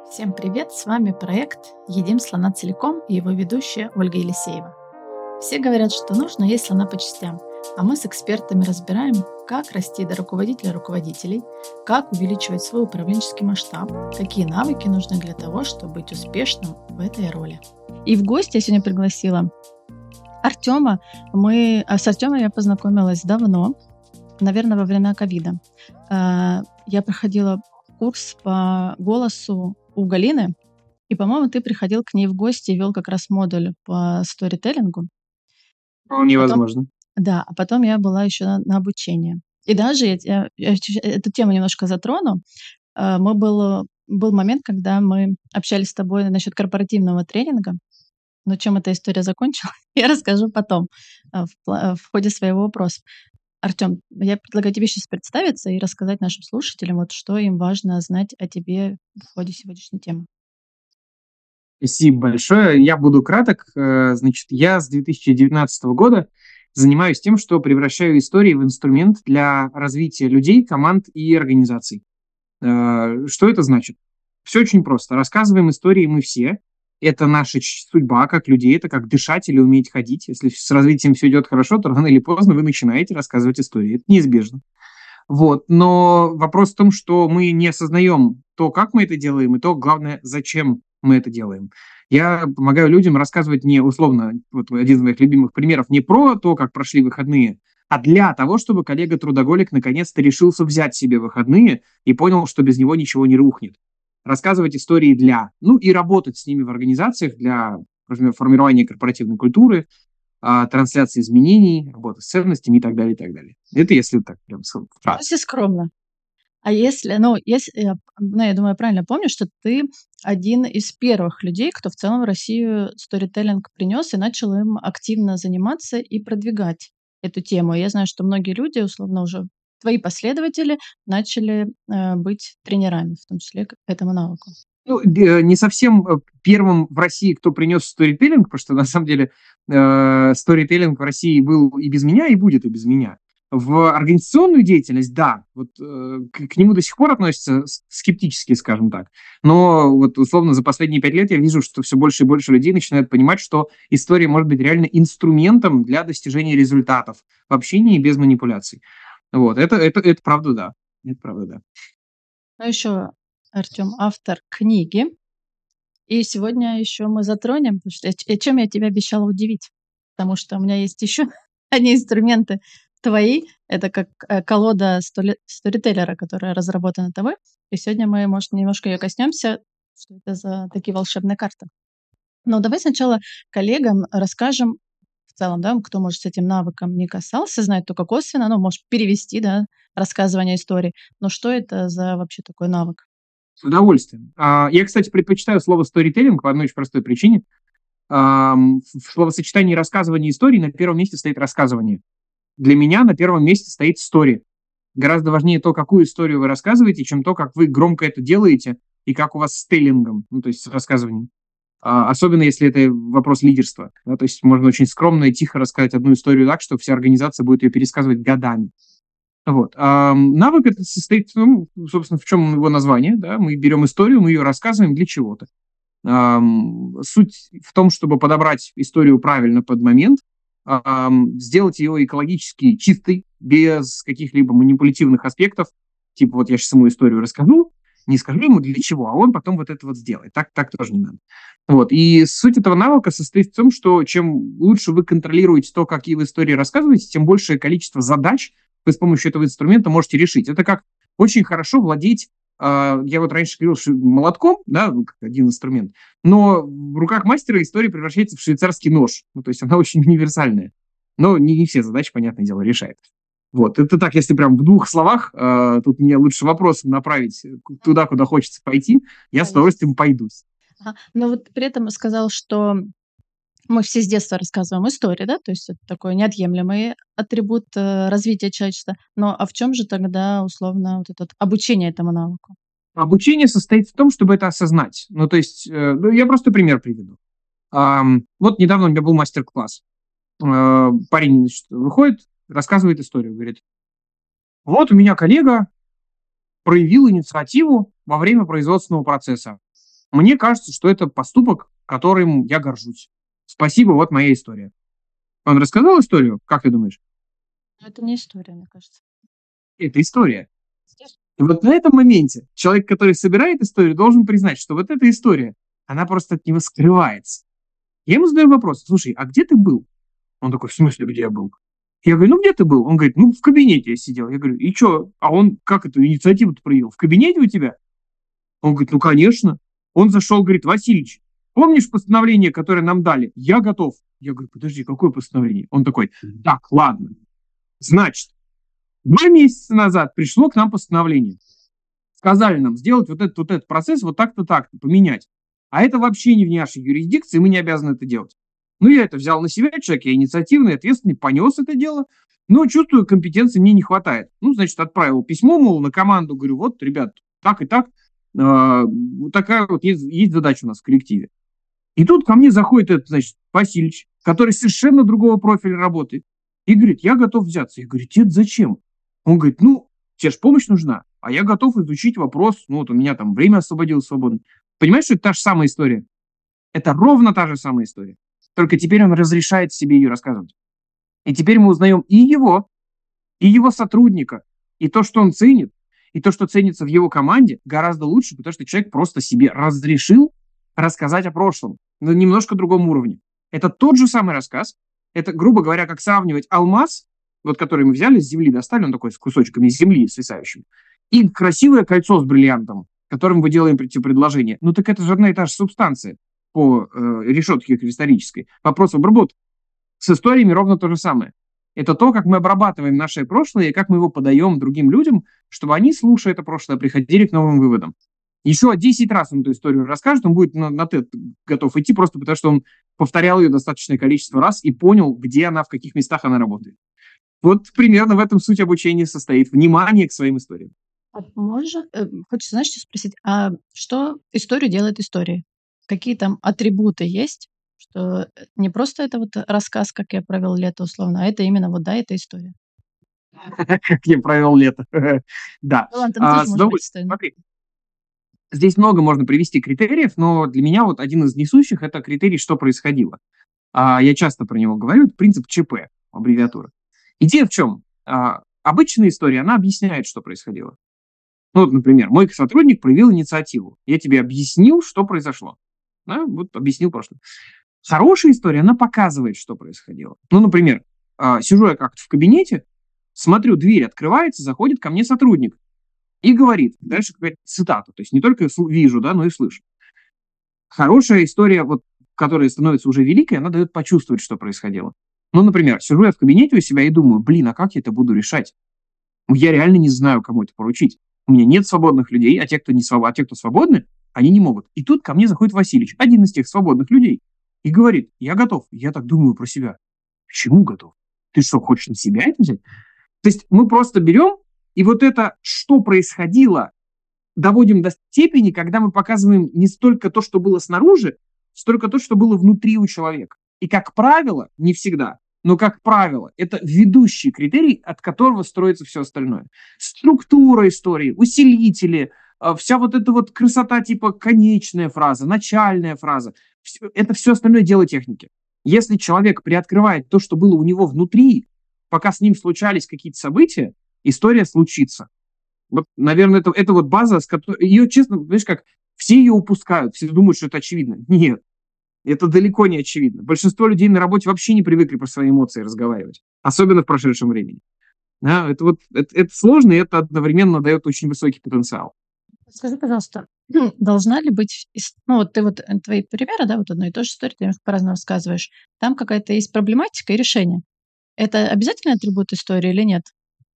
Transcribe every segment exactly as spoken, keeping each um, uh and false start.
Всем привет! С вами проект «Едим слона целиком» и его ведущая Ольга Елисеева. Все говорят, что нужно есть слона по частям, а мы с экспертами разбираем, как расти до руководителя руководителей, как увеличивать свой управленческий масштаб, какие навыки нужны для того, чтобы быть успешным в этой роли. И в гости я сегодня пригласила Артема. Мы, а с Артемом я познакомилась давно, наверное, во время ковида. Я проходила курс по голосу у Галины, и, по-моему, ты приходил к ней в гости и вел как раз модуль по сторителлингу. Вполне Потом, возможно. да, а потом я была еще на, на обучении. И даже я, я, я эту тему немножко затрону. А, Мы был, был момент, когда мы общались с тобой насчет корпоративного тренинга, но чем эта история закончилась, я расскажу потом, а, в, пла- в ходе своего вопроса. Артем, я предлагаю тебе сейчас представиться и рассказать нашим слушателям, вот что им важно знать о тебе в ходе сегодняшней темы. Спасибо большое. Я буду краток. Э, Значит, я с две тысячи девятнадцатого года занимаюсь тем, что превращаю истории в инструмент для развития людей, команд и организаций. Э, Что это значит? Все очень просто. Рассказываем истории мы все. Это наша ч- судьба как людей, это как дышать или уметь ходить. Если с развитием все идет хорошо, то рано или поздно вы начинаете рассказывать истории. Это неизбежно. Вот. Но вопрос в том, что мы не осознаем то, как мы это делаем, и то, главное, зачем мы это делаем. Я помогаю людям рассказывать не условно, вот один из моих любимых примеров, не про то, как прошли выходные, а для того, чтобы коллега-трудоголик наконец-то решился взять себе выходные и понял, что без него ничего не рухнет. Рассказывать истории для, ну и работать с ними в организациях для, например, формирования корпоративной культуры, а, трансляции изменений, работы с ценностями и так далее, и так далее. Это если так прям с- вкратце. Если скромно. А если, ну, если, я, ну, я думаю, я правильно помню, что ты один из первых людей, кто в целом в Россию сторителлинг принес и начал им активно заниматься и продвигать эту тему. Я знаю, что многие люди, условно, уже твои последователи начали э, быть тренерами, в том числе к этому навыку. Ну, д- не совсем э, первым в России, кто принес сторителлинг, потому что на самом деле э, сторителлинг в России был и без меня, и будет и без меня. В организационную деятельность, да, вот э, к, к нему до сих пор относятся с- скептически, скажем так. Но вот условно за последние пять лет я вижу, что все больше и больше людей начинают понимать, что история может быть реально инструментом для достижения результатов в общении без манипуляций. Вот, это, это, это правда, да. Это правда, да. Ну, еще Артем автор книги. И сегодня еще мы затронем, потому что я- чем я тебя обещала удивить. Потому что у меня есть еще одни инструменты твои. Это как э, колода столи- сторителлера, которая разработана тобой. И сегодня мы, может, немножко ее коснемся, что это за такие волшебные карты. Но давай сначала коллегам расскажем в целом, да, кто, может, с этим навыком не касался, знает только косвенно, ну, может, перевести, да, рассказывание истории. Но что это за вообще такой навык? С удовольствием. А, Я, кстати, предпочитаю слово сторителлинг по одной очень простой причине. Ам, В словосочетании рассказывания истории на первом месте стоит рассказывание. Для меня на первом месте стоит story. Гораздо важнее то, какую историю вы рассказываете, чем то, как вы громко это делаете и как у вас с тейлингом, ну, то есть с рассказыванием. А, Особенно если это вопрос лидерства. Да, то есть можно очень скромно и тихо рассказать одну историю так, что вся организация будет ее пересказывать годами. Вот. А навык это состоит в том, собственно, в чем его название. Да? Мы берем историю, мы ее рассказываем для чего-то. Ам, Суть в том, чтобы подобрать историю правильно под момент, ам, сделать ее экологически чистой, без каких-либо манипулятивных аспектов. Типа вот я сейчас ему историю расскажу, не скажу ему для чего, а он потом вот это вот сделает. Так, так тоже не надо. Вот. И суть этого навыка состоит в том, что чем лучше вы контролируете то, какие вы истории рассказываете, тем большее количество задач вы с помощью этого инструмента можете решить. Это как очень хорошо владеть, а, я вот раньше говорил, что молотком, да, ну, как один инструмент, но в руках мастера история превращается в швейцарский нож. Ну, то есть она очень универсальная. Но не, не все задачи, понятное дело, решает. Вот, это так, если прям в двух словах, э, тут мне лучше вопросом направить туда, куда хочется пойти, я с Конечно. удовольствием пойдусь. Ага. Но вот при этом сказал, что мы все с детства рассказываем истории, да, то есть это такой неотъемлемый атрибут э, развития человечества. Но а в чем же тогда условно вот это вот обучение этому навыку? Обучение состоит в том, чтобы это осознать. Ну, то есть, э, ну, я просто пример приведу. Ам, вот недавно у меня был мастер-класс. Э, парень, значит, выходит, рассказывает историю, говорит, вот у меня коллега проявил инициативу во время производственного процесса. Мне кажется, что это поступок, которым я горжусь. Спасибо, вот моя история. Он рассказал историю? Как ты думаешь? Это не история, мне кажется. Это история. И вот на этом моменте человек, который собирает историю, должен признать, что вот эта история, она просто от него скрывается. Я ему задаю вопрос: слушай, а где ты был? Он такой: в смысле, где я был? Я говорю: ну где ты был? Он говорит: ну в кабинете я сидел. Я говорю: и что? А он как эту инициативу-то проявил? В кабинете у тебя? Он говорит: ну конечно. Он зашел, говорит: Васильевич, помнишь постановление, которое нам дали? Я готов. Я говорю: подожди, какое постановление? Он такой: так, ладно. Значит, два месяца назад пришло к нам постановление. Сказали нам сделать вот этот, вот этот процесс вот так-то, так-то, поменять. А это вообще не в нашей юрисдикции, мы не обязаны это делать. Ну, я это взял на себя, человек я инициативный, ответственный, понес это дело, но чувствую, компетенции мне не хватает. Ну, значит, отправил письмо, мол, на команду, говорю: вот, ребят, так и так, э, вот такая вот есть, есть задача у нас в коллективе. И тут ко мне заходит этот, значит, Васильевич, который совершенно другого профиля работает, и говорит: я готов взяться. Я говорю: тебе зачем? Он говорит: ну, тебе же помощь нужна, а я готов изучить вопрос, ну, вот у меня там время освободилось свободно. Понимаешь, что это та же самая история? Это ровно та же самая история. Только теперь он разрешает себе ее рассказывать. И теперь мы узнаем и его, и его сотрудника, и то, что он ценит, и то, что ценится в его команде, гораздо лучше, потому что человек просто себе разрешил рассказать о прошлом на немножко другом уровне. Это тот же самый рассказ. Это, грубо говоря, как сравнивать алмаз, вот который мы взяли, с земли достали, он такой с кусочками земли свисающими, и красивое кольцо с бриллиантом, которым вы делаем предложение. Ну так это же одна и та же субстанция по э, решетке кристаллической. Вопрос обработки. С историями ровно то же самое. Это то, как мы обрабатываем наше прошлое и как мы его подаем другим людям, чтобы они, слушая это прошлое, приходили к новым выводам. Еще десять раз он эту историю расскажет, он будет на, на тет готов идти, просто потому что он повторял ее достаточное количество раз и понял, где она, в каких местах она работает. Вот примерно в этом суть обучения состоит. Внимание к своим историям. А можно, э, хочется, знаешь, что спросить, а что историю делает историей? Какие там атрибуты есть, что э, не просто это вот рассказ, как я провел лето условно, а это именно вот, да, это история. Как я провел лето. Да. Ну ладно, там А, тоже с может быть удовольствием. история. Смотри, здесь много можно привести критериев, но для меня вот один из несущих – это критерий, что происходило. А, я часто про него говорю, это принцип ЧП, аббревиатура. Идея в чем? А, обычная история, она объясняет, что происходило. Ну, вот, например, мой сотрудник проявил инициативу. Я тебе объяснил, что произошло. Да? Вот объяснил прошлое. Хорошая история, она показывает, что происходило. Ну, например, а, сижу я как-то в кабинете, смотрю, дверь открывается, заходит ко мне сотрудник и говорит, дальше какая-то цитата, то есть не только вижу, да, но и слышу. Хорошая история, вот, которая становится уже великой, она дает почувствовать, что происходило. Ну, например, сижу я в кабинете у себя и думаю: блин, а как я это буду решать? Ну, я реально не знаю, кому это поручить. У меня нет свободных людей, а те, кто не своб... а те, кто свободны, они не могут. И тут ко мне заходит Васильевич, один из тех свободных людей, и говорит: я готов. Я так думаю про себя. Почему готов? Ты что, хочешь на себя это взять? То есть мы просто берем и вот это, что происходило, доводим до степени, когда мы показываем не столько то, что было снаружи, столько то, что было внутри у человека. И, как правило, не всегда, но, как правило, это ведущий критерий, от которого строится все остальное. Структура истории, усилители, вся вот эта вот красота типа конечная фраза, начальная фраза. Это все остальное дело техники. Если человек приоткрывает то, что было у него внутри, пока с ним случались какие-то события, история случится. Вот, наверное, это, это вот база, с которой... Ее, честно, знаешь, как все ее упускают, все думают, что это очевидно. Нет, это далеко не очевидно. Большинство людей на работе вообще не привыкли про свои эмоции разговаривать, особенно в прошедшем времени. Да, это, вот, это, это сложно, и это одновременно дает очень высокий потенциал. Скажи, пожалуйста, должна ли быть, ис- ну вот ты вот э, твои примеры, да, вот одной и той же истории, ты немножко по-разному рассказываешь, там какая-то есть проблематика и решение. Это обязательный атрибут истории или нет?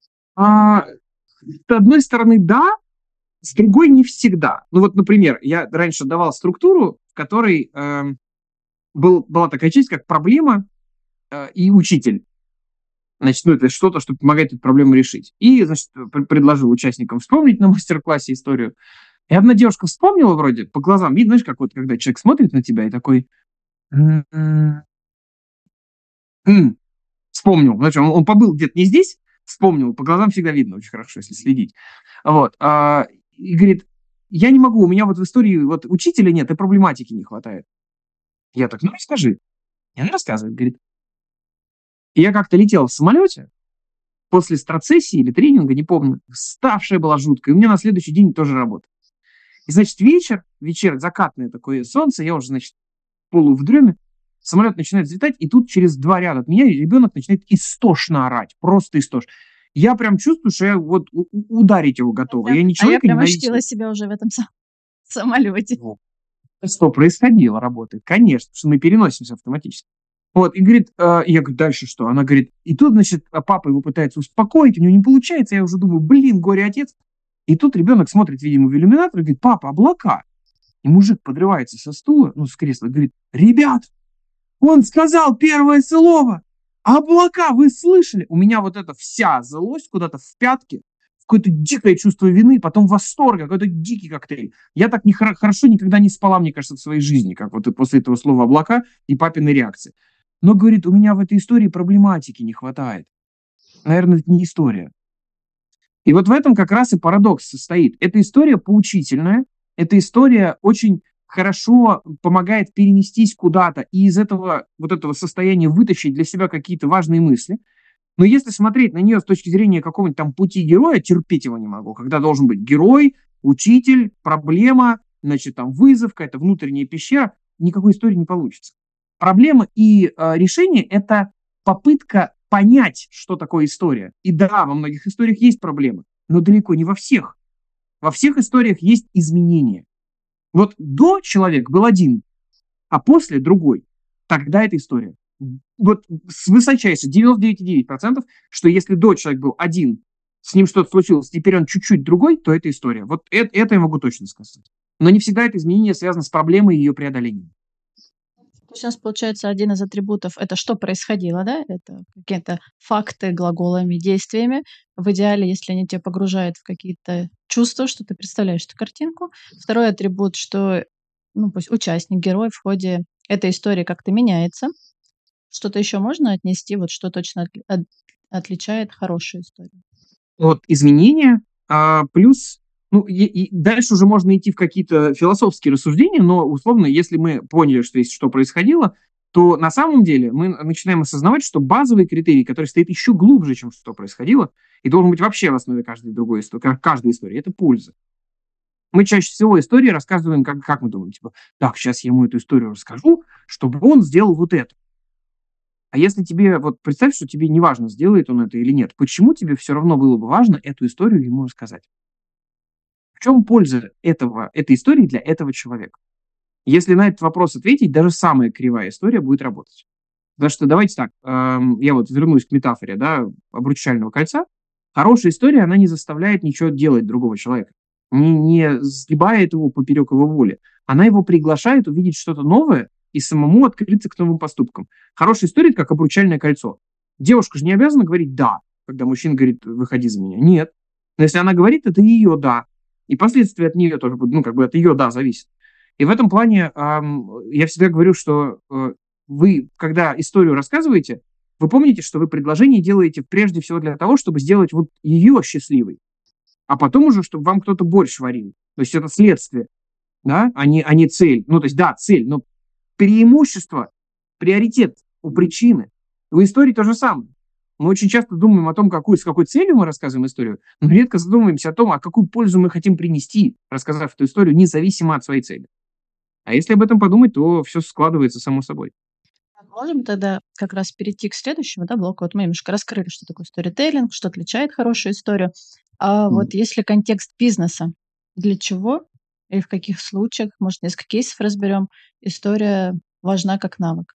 А, с одной стороны, да, с другой не всегда. Ну вот, например, я раньше давал структуру, в которой э, был, была такая часть, как проблема э, и учитель. Значит, ну это что-то, что помогает эту проблему решить. И, значит, пр- предложил участникам вспомнить на мастер-классе историю. И одна девушка вспомнила вроде, по глазам видно, знаешь, как вот, когда человек смотрит на тебя и такой... «М-м-м, м». Вспомнил. Значит, он, он побыл где-то не здесь, вспомнил. По глазам всегда видно очень хорошо, если следить. Вот. А, и говорит, я не могу, у меня вот в истории вот учителя нет, и проблематики не хватает. Я так, ну, расскажи. И она рассказывает, говорит, я как-то летел в самолете, после страцессии или тренинга, не помню, ставшая была жуткая, и у меня на следующий день тоже работа. И, значит, вечер, вечер, закатное такое солнце, я уже, значит, полу в дреме, самолет начинает взлетать, и тут через два ряда от меня ребенок начинает истошно орать, просто истошно. Я прям чувствую, что я вот ударить его готова. Я, я не а я человека прям ненавидел. ощутила себя уже в этом сам- самолете. Вот. Что происходило, работает. Конечно, потому что мы переносимся автоматически. Вот, и говорит, э, я говорю, дальше что? Она говорит, и тут, значит, папа его пытается успокоить, у него не получается, я уже думаю, блин, горе-отец. И тут ребенок смотрит, видимо, в иллюминатор и говорит, папа, облака. И мужик подрывается со стула, ну, с кресла, и говорит, ребят, он сказал первое слово, облака, вы слышали? У меня вот эта вся злость куда-то в пятки, какое-то дикое чувство вины, потом восторг, какой-то дикий коктейль. Я так не хор- хорошо никогда не спала, мне кажется, в своей жизни, как вот и после этого слова облака и папиной реакции. Но, говорит, у меня в этой истории проблематики не хватает. Наверное, это не история. И вот в этом как раз и парадокс состоит. Эта история поучительная, эта история очень хорошо помогает перенестись куда-то и из этого вот этого состояния вытащить для себя какие-то важные мысли. Но если смотреть на нее с точки зрения какого-нибудь там пути героя, терпеть его не могу, когда должен быть герой, учитель, проблема, значит, там вызов, какая-то внутренняя пещера, никакой истории не получится. Проблема и э, решение – это попытка понять, что такое история. И да, во многих историях есть проблемы, но далеко не во всех. Во всех историях есть изменения. Вот до человек был один, а после другой. Тогда это история. Вот с высочайшей девяносто девять целых девять десятых процента, что если до человек был один, с ним что-то случилось, теперь он чуть-чуть другой, то это история. Вот это, это я могу точно сказать. Но не всегда это изменение связано с проблемой и ее преодолением. Сейчас, получается, один из атрибутов — это что происходило, да? Это какие-то факты глаголами, действиями. В идеале, если они тебя погружают в какие-то чувства, что ты представляешь эту картинку. Второй атрибут, что, ну, пусть участник, герой в ходе этой истории как-то меняется. Что-то еще можно отнести, вот что точно отли- от- отличает хорошую историю? Вот изменения, а, плюс, ну, и, и дальше уже можно идти в какие-то философские рассуждения, но, условно, если мы поняли, что есть что происходило, то на самом деле мы начинаем осознавать, что базовый критерий, который стоит еще глубже, чем что происходило, и должен быть вообще в основе каждой другой истории, каждой истории, это польза. Мы чаще всего истории рассказываем, как, как мы думаем, типа, так, сейчас я ему эту историю расскажу, чтобы он сделал вот это. А если тебе, вот представь, что тебе не важно, сделает он это или нет, почему тебе все равно было бы важно эту историю ему рассказать? В чем польза этого, этой истории для этого человека? Если на этот вопрос ответить, даже самая кривая история будет работать. Потому что давайте так, эм, я вот вернусь к метафоре, да, обручального кольца. Хорошая история, она не заставляет ничего делать другого человека, не, не сгибает его поперек его воли. Она его приглашает увидеть что-то новое и самому открыться к новым поступкам. Хорошая история – это как обручальное кольцо. Девушка же не обязана говорить «да», когда мужчина говорит «выходи за меня». Нет. Но если она говорит, это ее «да». И последствия от нее тоже будут, ну, как бы от ее «да» зависят. И в этом плане эм, я всегда говорю, что э, вы, когда историю рассказываете, вы помните, что вы предложение делаете прежде всего для того, чтобы сделать вот ее счастливой, а потом уже, чтобы вам кто-то борщ варил. То есть это следствие, да, а не, а не цель. Ну, то есть, да, цель, но преимущество, приоритет у причины. У истории то же самое. Мы очень часто думаем о том, какую, с какой целью мы рассказываем историю, но редко задумываемся о том, а какую пользу мы хотим принести, рассказав эту историю, независимо от своей цели. А если об этом подумать, то все складывается само собой. Можем тогда как раз перейти к следующему, да, блоку. Вот мы немножко раскрыли, что такое сторителлинг, что отличает хорошую историю. А Мгм. вот если контекст бизнеса, для чего и в каких случаях, может, несколько кейсов разберем, история важна как навык?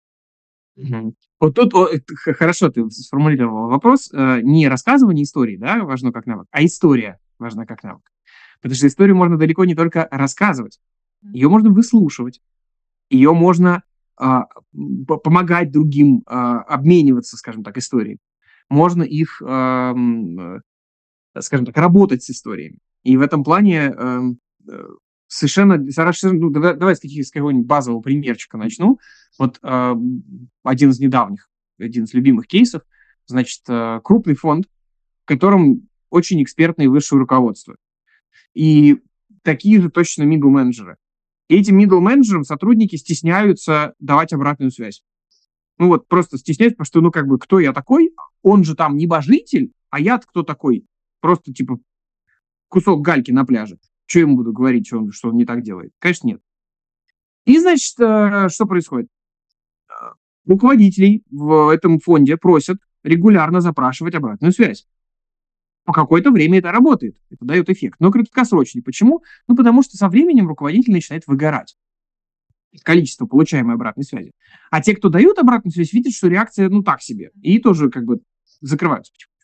Мгм. Вот тут о, это х- хорошо ты сформулировал вопрос. Э, Не рассказывание истории, да, важно как навык, а история важна как навык. Потому что историю можно далеко не только рассказывать, М. ее можно выслушивать, ее можно а, м, по- помогать другим а, обмениваться, скажем так, историей. Можно их, а, м, э, скажем так, работать с историями. И в этом плане эм, э, совершенно, совершенно ну, давай, давай с, каких- с какого-нибудь базового примерчика начну. Вот а, м, один из недавних, один из любимых кейсов, значит, э, крупный фонд, в котором очень экспертное высшее руководство. И такие же точно middle менеджеры. И этим middle менеджерам сотрудники стесняются давать обратную связь. Ну вот просто стесняются, потому что, ну как бы, кто я такой? Он же там небожитель, а я-то кто такой? Просто типа кусок гальки на пляже. Что я ему буду говорить, что он, что он не так делает? Конечно, нет. И, значит, что происходит? Руководителей в этом фонде просят регулярно запрашивать обратную связь. По какое-то время это работает, это дает эффект, но краткосрочный. Почему? Ну, потому что со временем руководитель начинает выгорать. Количество получаемой обратной связи. А те, кто дают обратную связь, видят, что реакция, ну, так себе. И тоже как бы закрываются потихоньку.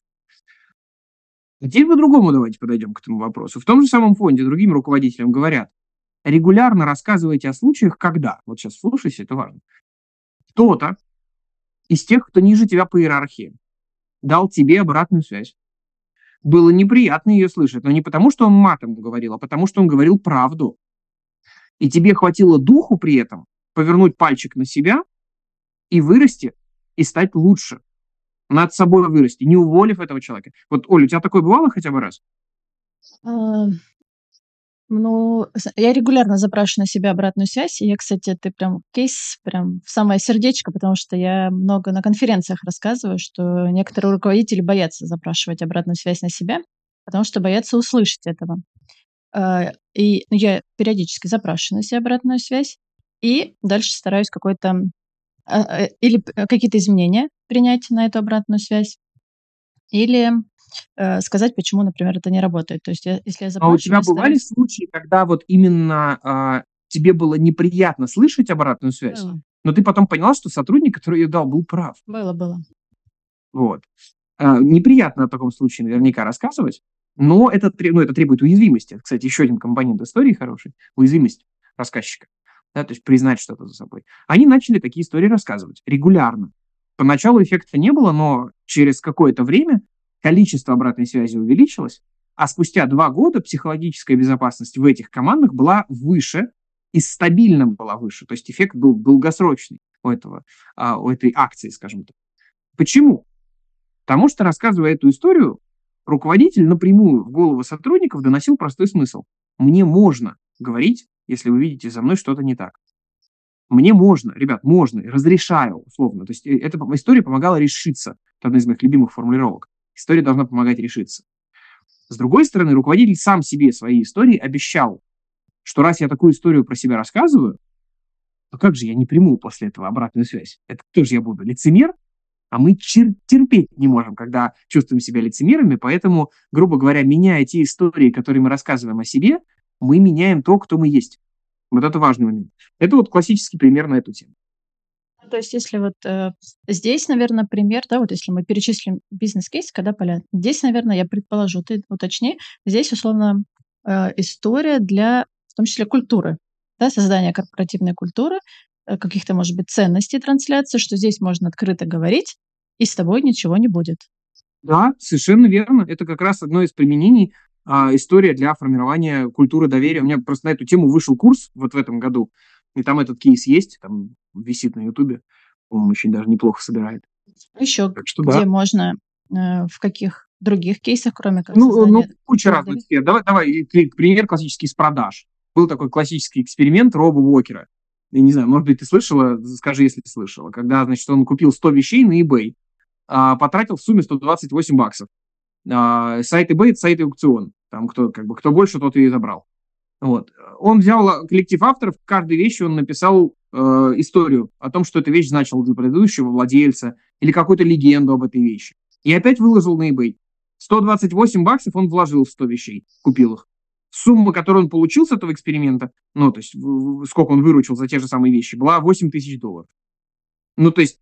Теперь по-другому давайте подойдем к этому вопросу. В том же самом фонде другим руководителям говорят, регулярно рассказывайте о случаях, когда, вот сейчас слушайся, это важно, кто-то из тех, кто ниже тебя по иерархии, дал тебе обратную связь. Было неприятно ее слышать, но не потому, что он матом говорил, а потому, что он говорил правду. И тебе хватило духу при этом повернуть пальчик на себя и вырасти, и стать лучше. Над собой вырасти, не уволив этого человека. Вот, Оля, у тебя такое бывало хотя бы раз? А, ну, я регулярно запрашиваю на себя обратную связь. И я, кстати, ты прям кейс прям в самое сердечко, потому что я много на конференциях рассказываю, что некоторые руководители боятся запрашивать обратную связь на себя, потому что боятся услышать этого. И ну, я периодически запрашиваю на себя обратную связь, и дальше стараюсь какой-то или какие-то изменения принять на эту обратную связь, или э, сказать, почему, например, это не работает. То есть, я, если я запрашиваю... А у тебя бывали стараюсь... случаи, когда вот именно а, тебе было неприятно слышать обратную связь, Было. но ты потом поняла, что сотрудник, который ее дал, был прав? Было, было. Вот. А, неприятно в таком случае наверняка рассказывать, но это, ну, это требует уязвимости. Кстати, еще один компонент истории хороший – уязвимость рассказчика. Да, то есть признать что-то за собой. Они начали такие истории рассказывать регулярно. Поначалу эффекта не было, но через какое-то время количество обратной связи увеличилось, а спустя два года психологическая безопасность в этих командах была выше и стабильно была выше. То есть эффект был долгосрочный у, этого, у этой акции, скажем так. Почему? Потому что, рассказывая эту историю, руководитель напрямую в голову сотрудников доносил простой смысл. Мне можно говорить, если вы видите за мной что-то не так. Мне можно, ребят, можно, разрешаю, условно. То есть эта история помогала решиться. Это одна из моих любимых формулировок. История должна помогать решиться. С другой стороны, руководитель сам себе своей истории обещал, что раз я такую историю про себя рассказываю, то как же я не приму после этого обратную связь? Это кто же я буду, лицемер? А мы чер- терпеть не можем, когда чувствуем себя лицемерами, поэтому, грубо говоря, меняя те истории, которые мы рассказываем о себе, мы меняем то, кто мы есть. Вот это важный момент. Это вот классический пример на эту тему. То есть, если вот э, здесь, наверное, пример, да, вот если мы перечислим бизнес-кейс, когда понятно, здесь, наверное, я предположу, ты уточни, здесь, условно, э, история для, в том числе, культуры, да, создания корпоративной культуры, э, каких-то, может быть, ценностей трансляции, что здесь можно открыто говорить, и с тобой ничего не будет. Да, совершенно верно. Это как раз одно из применений а, история для формирования культуры доверия. У меня просто на эту тему вышел курс вот в этом году, и там этот кейс есть, там висит на Ютубе, по-моему, очень даже неплохо собирает. Еще Так что, где да. можно, э, в каких других кейсах, кроме как Ну, создания... ну куча разных сфер. Давай, давай, пример классический из продаж. Был такой классический эксперимент Роба Уокера. Я не знаю, может быть, ты слышала, скажи, если ты слышала. Когда, значит, он купил сто вещей на eBay, а, потратил в сумме сто двадцать восемь баксов. А, сайт eBay – это сайт аукцион. Там кто, как бы, кто больше, тот и забрал. Вот. Он взял коллектив авторов, к каждой вещи он написал э, историю о том, что эта вещь значила для предыдущего владельца или какую-то легенду об этой вещи. И опять выложил на eBay. сто двадцать восемь баксов он вложил в сто вещей, купил их. Сумма, которую он получил с этого эксперимента, ну, то есть в, в, сколько он выручил за те же самые вещи, была восемь тысяч долларов. Ну, то есть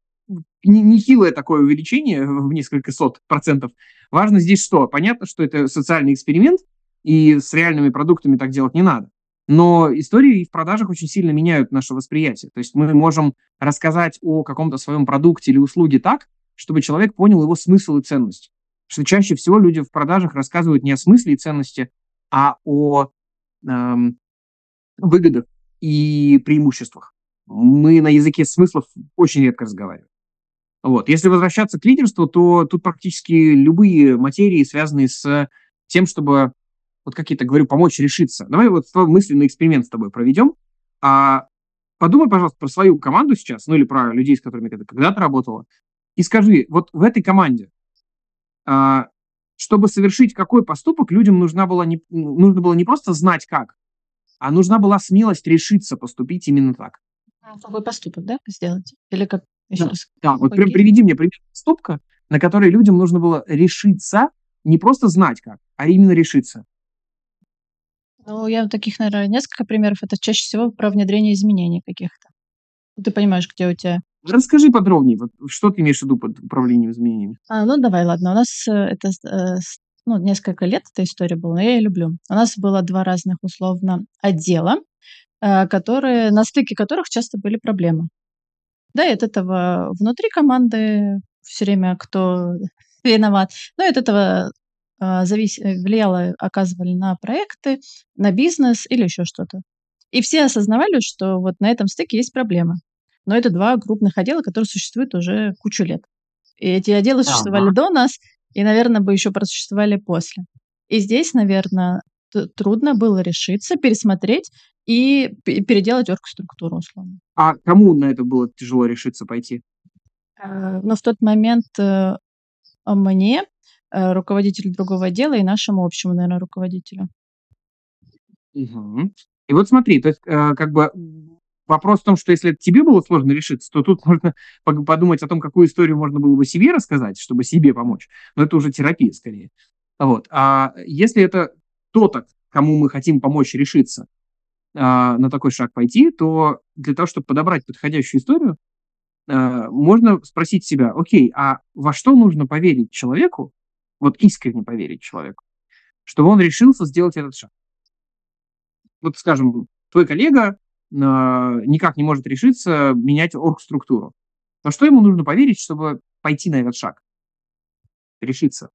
нехилое такое увеличение в несколько сот процентов. Важно здесь что? Понятно, что это социальный эксперимент, и с реальными продуктами так делать не надо. Но истории в продажах очень сильно меняют наше восприятие. То есть мы можем рассказать о каком-то своем продукте или услуге так, чтобы человек понял его смысл и ценность. Потому что чаще всего люди в продажах рассказывают не о смысле и ценности, а о эм, выгодах и преимуществах. Мы на языке смыслов очень редко разговариваем. Вот. Если возвращаться к лидерству, то тут практически любые материи, связанные с тем, чтобы вот какие-то, говорю, помочь решиться. Давай вот мысленный эксперимент с тобой проведем. А, подумай, пожалуйста, про свою команду сейчас, ну или про людей, с которыми ты когда-то работала, и скажи, вот в этой команде, а, чтобы совершить какой поступок, людям нужна была не, нужно было не просто знать как, а нужна была смелость решиться поступить именно так. Какой поступок, да, сделать? Или как? Еще Да, раз. да, вот при, приведи мне пример поступка, на который людям нужно было решиться, не просто знать как, а именно решиться. Ну, я таких, наверное, несколько примеров. Это чаще всего про внедрение изменений каких-то. Ты понимаешь, где у тебя... Расскажи подробнее, вот, что ты имеешь в виду под управлением изменениями? А, ну, давай, ладно. У нас э, это э, с- ну, несколько лет эта история была, но я ее люблю. У нас было два разных, условно, отдела, э, которые, на стыке которых часто были проблемы. Да, и от этого внутри команды все время кто виноват. Ну, и от этого а, завис- э, влияло, оказывали на проекты, на бизнес или еще что-то. И все осознавали, что вот на этом стыке есть проблема. Но это два крупных отдела, которые существуют уже кучу лет. И эти отделы существовали Ага. до нас, и, наверное, бы еще просуществовали после. И здесь, наверное, трудно было решиться, пересмотреть и пе- переделать оргструктуру, условно. А кому на это было тяжело решиться пойти? Э, но в тот момент, э, а, мне, э, руководителю другого отдела и нашему общему, наверное, руководителю. Мгм. И вот смотри, то есть, э, как бы м, вопрос в том, что если тебе было сложно решиться, то тут можно пог- подумать о том, какую историю можно было бы себе рассказать, чтобы себе помочь. Но это уже терапия скорее. Вот. А если это кто-то, кому мы хотим помочь решиться, а, на такой шаг пойти, то для того, чтобы подобрать подходящую историю, а, можно спросить себя, окей, а во что нужно поверить человеку, вот искренне поверить человеку, чтобы он решился сделать этот шаг. Вот, скажем, твой коллега а, никак не может решиться менять оргструктуру. Во что ему нужно поверить, чтобы пойти на этот шаг, решиться?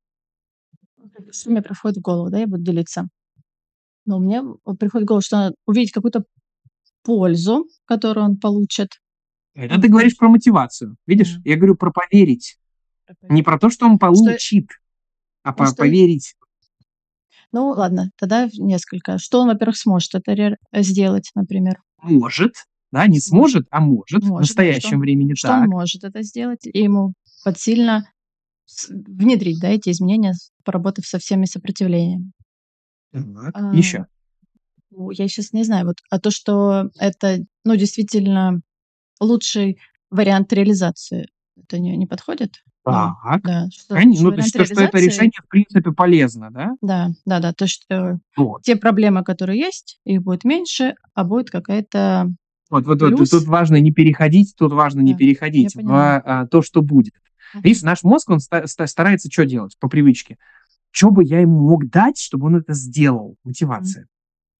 Что мне приходит в голову, да, я буду делиться. Но мне вот приходит в голову, что надо увидеть какую-то пользу, которую он получит. Это Ну, ты ну, говоришь про мотивацию. Видишь, м, я говорю про поверить. Не проповедь. про то, что он Что, получит, а ну, по что, поверить. ну, ладно, тогда в несколько. Что он, во-первых, сможет это ре- сделать, например? Может, да, не Сможет, сможет, а может. В может, да, что настоящем он, времени что он так. может это сделать, и ему подсильно с- внедрить, да, эти изменения, с- поработав со всеми сопротивлениями. Так, А, еще. ну, я сейчас не знаю, вот, а то, что это, ну, действительно лучший вариант реализации, это не, не подходит? Ну, Так. да, что Коне лучший ну, то есть вариант то, что это реализации, решение, в принципе, полезно, да? да, да, да, то, что Вот. те проблемы, которые есть, их будет меньше, а будет какая-то Вот вот вот, тут плюс, важно не переходить, тут важно не да, я переходить в, поняла. а, то, что будет. Видишь, Мгм. наш мозг, он ста ста старается что делать по привычке? Что бы я ему мог дать, чтобы он это сделал? М, Мотивация.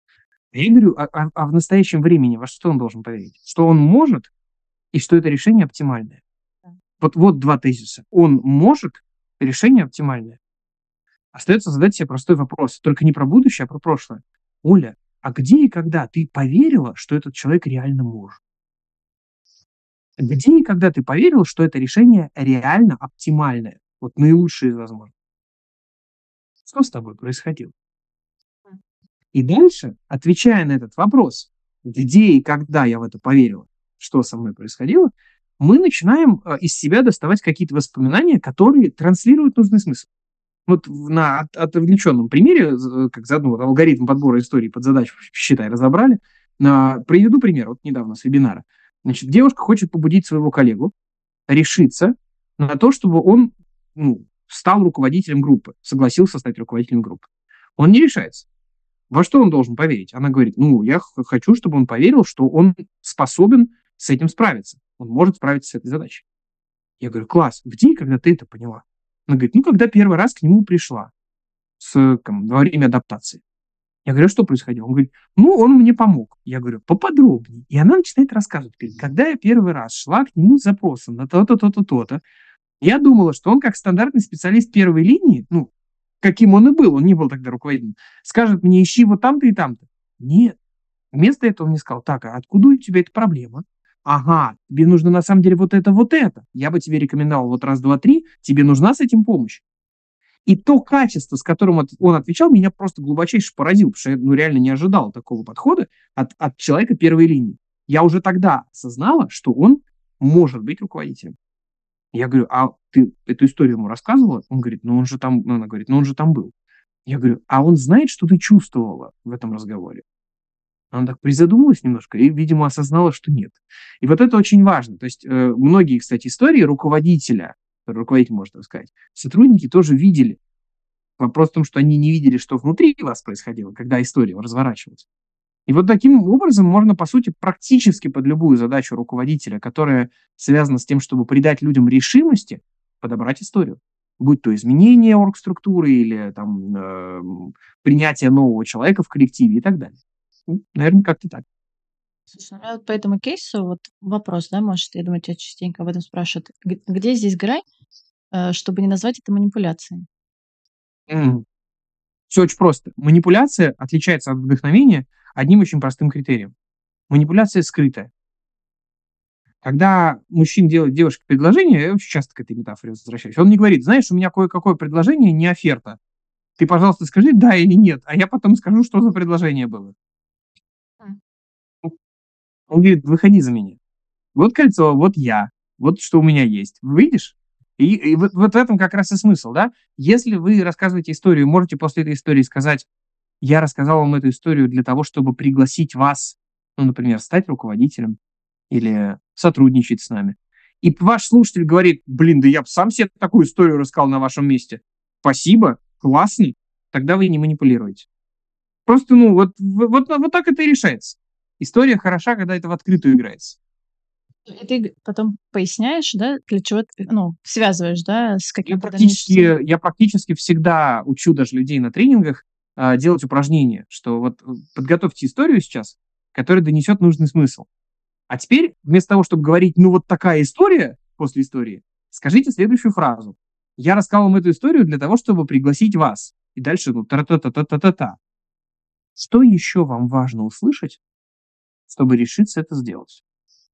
Я говорю, а а а в настоящем времени во что он должен поверить? Что он может и что это решение оптимальное. да. Вот вот два тезиса. Он может, решение оптимальное. Остается задать себе простой вопрос, только не про будущее, а про прошлое. Оля, а где и когда ты поверила, что этот человек реально может? Где и когда ты поверила, что это решение реально оптимальное? Вот наилучшее из возможных. Что с тобой происходило? М. И дальше, отвечая на этот вопрос, где и когда я в это поверила, что со мной происходило, мы начинаем э, из себя доставать какие-то воспоминания, которые транслируют нужный смысл. Вот в- на от- отвлеченном примере, з- как заодно вот алгоритм подбора истории под задачу, считай, разобрали. На, приведу пример, вот недавно с вебинара. Значит, девушка хочет побудить своего коллегу решиться на то, чтобы он ну, стал руководителем группы, согласился стать руководителем группы. Он не решается. Во что он должен поверить? Она говорит, ну, я х- хочу, чтобы он поверил, что он способен с этим справиться. Он может справиться с этой задачей. Я говорю, класс, где и когда ты это поняла? Она говорит, ну, когда первый раз к нему пришла с, там, во время адаптации. Я говорю, «А что происходило? Он говорит, ну, он мне помог. Я говорю, поподробнее. И она начинает рассказывать. Говорит, когда я первый раз шла к нему с запросом на то-то, то-то, то-то, я думала, что он как стандартный специалист первой линии, ну, каким он и был, он не был тогда руководителем, скажет мне, ищи вот там-то и там-то. Нет. Вместо этого он мне сказал, так, а откуда у тебя эта проблема? Ага, тебе нужно на самом деле вот это, вот это. Я бы тебе рекомендовал вот раз, два, три, тебе нужна с этим помощь. И то качество, с которым от- он отвечал, меня просто глубочайше поразило, потому что я ну, реально не ожидал такого подхода от, от человека первой линии. Я уже тогда осознала, что он может быть руководителем. Я говорю, а ты эту историю ему рассказывала? Он говорит, ну он же там, ну, она говорит, ну он же там был. Я говорю, а он знает, что ты чувствовала в этом разговоре? Она так призадумалась немножко и, видимо, осознала, что нет. И вот это очень важно. То есть э, многие, кстати, истории руководителя, руководитель может рассказать, сотрудники тоже видели. Вопрос в том, что они не видели, что внутри вас происходило, когда история разворачивалась. И вот таким образом можно, по сути, практически под любую задачу руководителя, которая связана с тем, чтобы придать людям решимости, подобрать историю. Будь то изменение оргструктуры или там, э, принятие нового человека в коллективе и так далее. Ну, наверное, как-то так. Слушай, ну, а вот по этому кейсу вот вопрос, да, может, я думаю, тебя частенько об этом спрашивают. Г- Где здесь грань, э, чтобы не назвать это манипуляцией? Все очень просто. Манипуляция отличается от вдохновения одним очень простым критерием. Манипуляция скрытая. Когда мужчина делает девушке предложение, я очень часто к этой метафоре возвращаюсь, он не говорит, знаешь, у меня кое-какое предложение, не оферта. Ты, пожалуйста, скажи да или нет, а я потом скажу, что за предложение было. М. Он говорит, выходи за меня. Вот кольцо, вот я, вот что у меня есть. Выйдешь? И, и вот, вот в этом как раз и смысл, да? Если вы рассказываете историю, можете после этой истории сказать, я рассказал вам эту историю для того, чтобы пригласить вас, ну, например, стать руководителем или сотрудничать с нами. И ваш слушатель говорит, блин, да я бы сам себе такую историю рассказал на вашем месте. Спасибо, классный. Тогда вы не манипулируете. Просто, ну, вот, вот, вот так это и решается. История хороша, когда это в открытую играется. И ты г- потом поясняешь, да, для чего ты, ну, связываешь, да, с Я каким-то дальнейшим целью. практически, я практически всегда учу даже людей на тренингах а, делать упражнения, что вот э, подготовьте историю сейчас, которая донесет нужный смысл. А теперь вместо того, чтобы говорить, ну вот такая история после истории, скажите следующую фразу. Я рассказал вам эту историю для того, чтобы пригласить вас. И дальше, ну, та-та-та-та-та-та. Что еще вам важно услышать, чтобы решиться это сделать?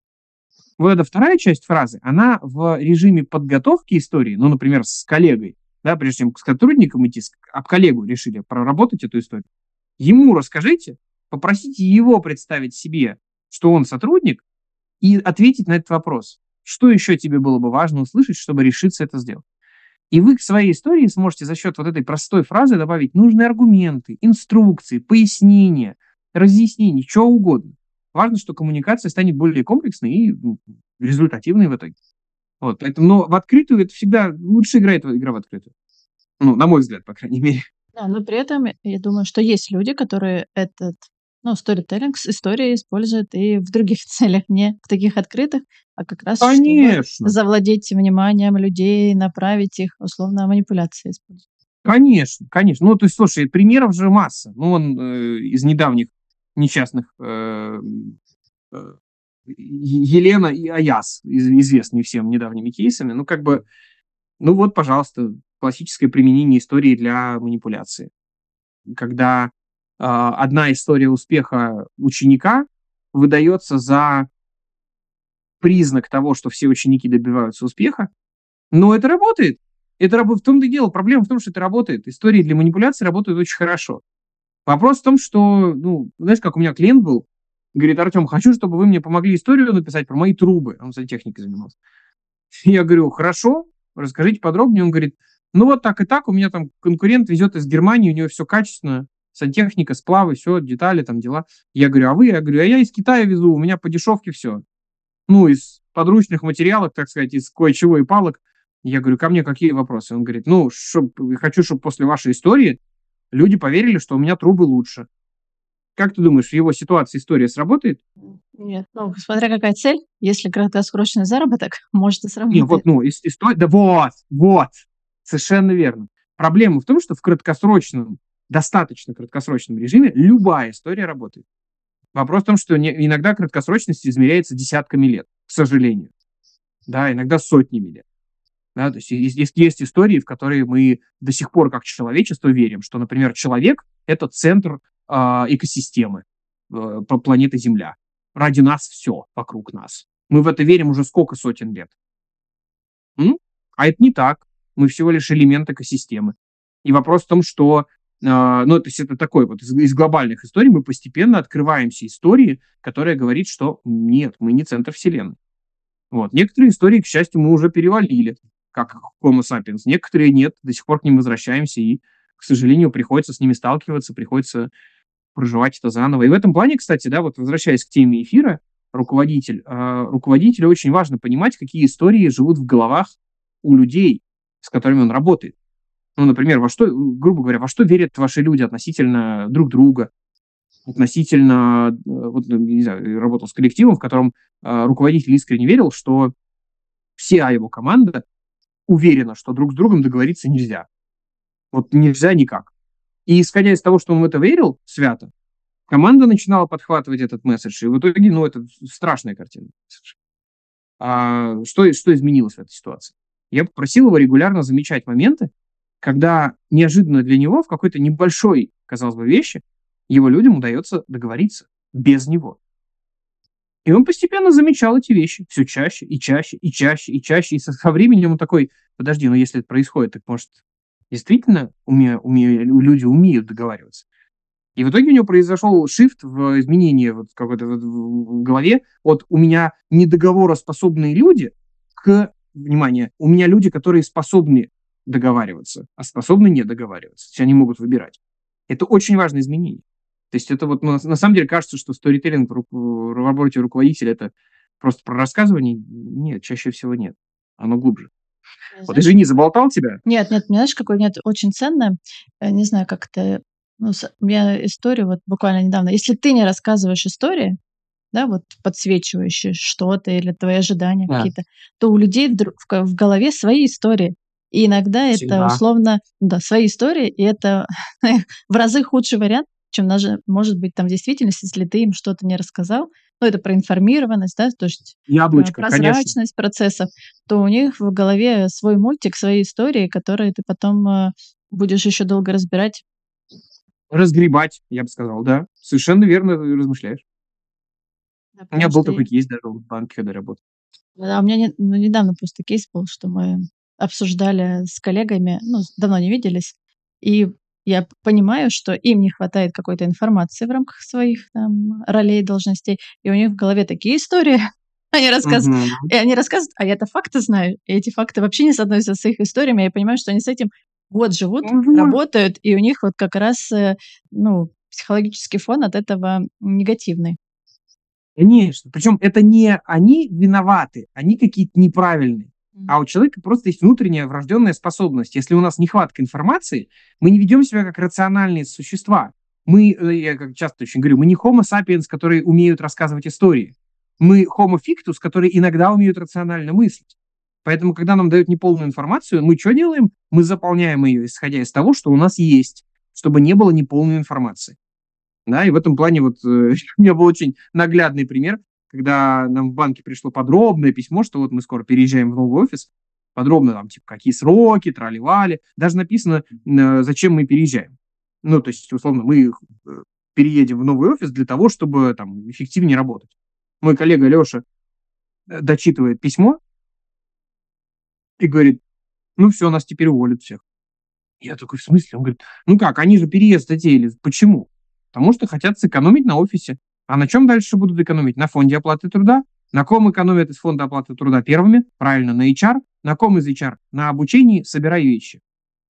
Вот эта вторая часть фразы, она в режиме подготовки истории, ну, например, с коллегой, да, прежде чем с сотрудником идти, с- об коллегу решили проработать эту историю, ему расскажите, попросите его представить себе, что он сотрудник, и ответить на этот вопрос. Что еще тебе было бы важно услышать, чтобы решиться это сделать? И вы к своей истории сможете за счет вот этой простой фразы добавить нужные аргументы, инструкции, пояснения, разъяснения, чего угодно. Важно, что коммуникация станет более комплексной и ну, результативной в итоге. Вот, поэтому, но в открытую это всегда лучше играет игра в открытую. Ну, на мой взгляд, по крайней мере. Да, но при этом э, я думаю, что есть люди, которые этот, ну, сторителлинг с историей используют и в других целях, не в таких открытых, а как раз чтобы Конечно, завладеть вниманием людей, направить их, условно, манипуляции используют. конечно, конечно. Ну, то есть, слушай, примеров же масса. Ну, он э, из недавних несчастных э, э, Елена и Аяс, из- известные всем недавними кейсами. Ну, как бы, ну вот, пожалуйста, классическое применение истории для манипуляции. Когда а, одна история успеха ученика выдается за признак того, что все ученики добиваются успеха, но это работает. Это работает. В том-то и дело. Проблема в том, что это работает. Истории для манипуляции работают очень хорошо. Вопрос в том, что, ну, знаешь, как у меня клиент был, говорит, Артем, хочу, чтобы вы мне помогли историю написать про мои трубы. Он сантехникой занимался. Я говорю, хорошо, расскажите подробнее. Он говорит, ну вот так и так, у меня там конкурент везет из Германии, у него все качественно, сантехника, сплавы, все, детали, там дела. Я говорю, а вы? Я говорю, а я из Китая везу, у меня по дешевке все. Ну, из подручных материалов, так сказать, из кое-чего и палок. Я говорю, ко мне какие вопросы? Он говорит, ну, чтоб, хочу, чтобы после вашей истории люди поверили, что у меня трубы лучше. Как ты думаешь, в его ситуации история сработает? Нет, ну, смотря какая цель, если краткосрочный заработок, может и Не, вот, сработает. ну, ис- история, да вот, вот, совершенно верно. Проблема в том, что в краткосрочном, достаточно краткосрочном режиме любая история работает. Вопрос в том, что не- иногда краткосрочность измеряется десятками лет, к сожалению. Да, иногда сотнями лет. Да, то есть есть, есть, есть истории, в которые мы до сих пор как человечество верим, что, например, человек– это центр а, экосистемы э, по- планеты Земля. Ради нас все вокруг нас. Мы в это верим уже сколько сотен лет. М? А это не так. Мы всего лишь элемент экосистемы. И вопрос в том, что, э, ну, то есть это такой вот из, из глобальных историй мы постепенно открываемся истории, которая говорит, что нет, мы не центр вселенной. Вот. Некоторые истории, к счастью, мы уже перевалили, как Homo sapiens. Некоторые нет, до сих пор к ним возвращаемся, и, к сожалению, приходится с ними сталкиваться, приходится проживать это заново. И в этом плане, кстати, да, вот возвращаясь к теме эфира, руководитель, э, руководителю очень важно понимать, какие истории живут в головах у людей, с которыми он работает. Ну, например, во что, грубо говоря, во что верят ваши люди относительно друг друга, относительно, э, вот, ну, не знаю, работал с коллективом, в котором э, руководитель искренне верил, что вся его команда уверена, что друг с другом договориться нельзя. Вот нельзя никак. И исходя из того, что он в это верил свято, команда начинала подхватывать этот месседж, и в итоге, ну, это страшная картина. А что, что изменилось в этой ситуации? Я попросил его регулярно замечать моменты, когда неожиданно для него в какой-то небольшой, казалось бы, вещи его людям удается договориться без него. И он постепенно замечал эти вещи все чаще и чаще и чаще и чаще. И со, со временем он такой, подожди, ну если это происходит, так может действительно уме, уме, люди умеют договариваться. И в итоге у него произошел шифт в изменении вот какой-то вот в голове от «у меня недоговороспособные люди» к, внимание, «у меня люди, которые способны договариваться, а способны не договариваться». То есть они могут выбирать. Это очень важное изменение. То есть это вот, ну, на самом деле кажется, что сторителлинг в, в работе руководителя – это просто про рассказывание. Нет, чаще всего нет. Оно глубже. Знаешь, вот, извини, заболтал тебя? Нет, нет, знаешь, какой нет, очень ценно, не знаю, как это, ну, у меня история вот буквально недавно. Если ты не рассказываешь истории, да, вот подсвечивающие что-то или твои ожидания Да. какие-то, то у людей вдруг в, в голове свои истории. И иногда Всегда. это условно, да, свои истории, и это в разы худший вариант, чем даже, может быть, там в действительности, если ты им что-то не рассказал, ну, это про информированность, да, то есть Яблочко, прозрачность конечно. процессов, то у них в голове свой мультик, свои истории, которые ты потом э, будешь еще долго разбирать. Разгребать, я бы сказал, да. Совершенно верно размышляешь. Да, у меня был я... такой кейс даже в банке, когда работал. Да, у меня не, ну, недавно просто кейс был, что мы обсуждали с коллегами, ну, давно не виделись, и я понимаю, что им не хватает какой-то информации в рамках своих там ролей, должностей, и у них в голове такие истории, они рассказывают, Мгм. и они рассказывают, а я-то факты знаю, и эти факты вообще не соотносятся с их историями, я понимаю, что они с этим год живут, Мгм. работают, и у них вот как раз, э, ну, психологический фон от этого негативный. Конечно. Причем это не они виноваты, они какие-то неправильные. А у человека просто есть внутренняя врожденная способность. Если у нас нехватка информации, мы не ведем себя как рациональные существа. Мы, э, я как часто очень говорю, мы не homo sapiens, которые умеют рассказывать истории. Мы homo fictus, которые иногда умеют рационально мыслить. Поэтому, когда нам дают неполную информацию, мы что делаем? Мы заполняем ее, исходя из того, что у нас есть, чтобы не было неполной информации. Да, и в этом плане вот э, у меня был очень наглядный пример, когда нам в банке пришло подробное письмо, что вот мы скоро переезжаем в новый офис, подробно там, типа, какие сроки, трали-вали, даже написано, э, зачем мы переезжаем. Ну, то есть, условно, мы э, переедем в новый офис для того, чтобы там эффективнее работать. Мой коллега Леша э, дочитывает письмо и говорит, ну все, нас теперь уволят всех. Я такой, в смысле? Он говорит, ну как, они же переезд затеяли. Почему? Потому что хотят сэкономить на офисе. А на чем дальше будут экономить? На фонде оплаты труда? На ком экономят из фонда оплаты труда первыми? Правильно, на эйч ар. На ком из эйч ар? На обучении собирай вещи.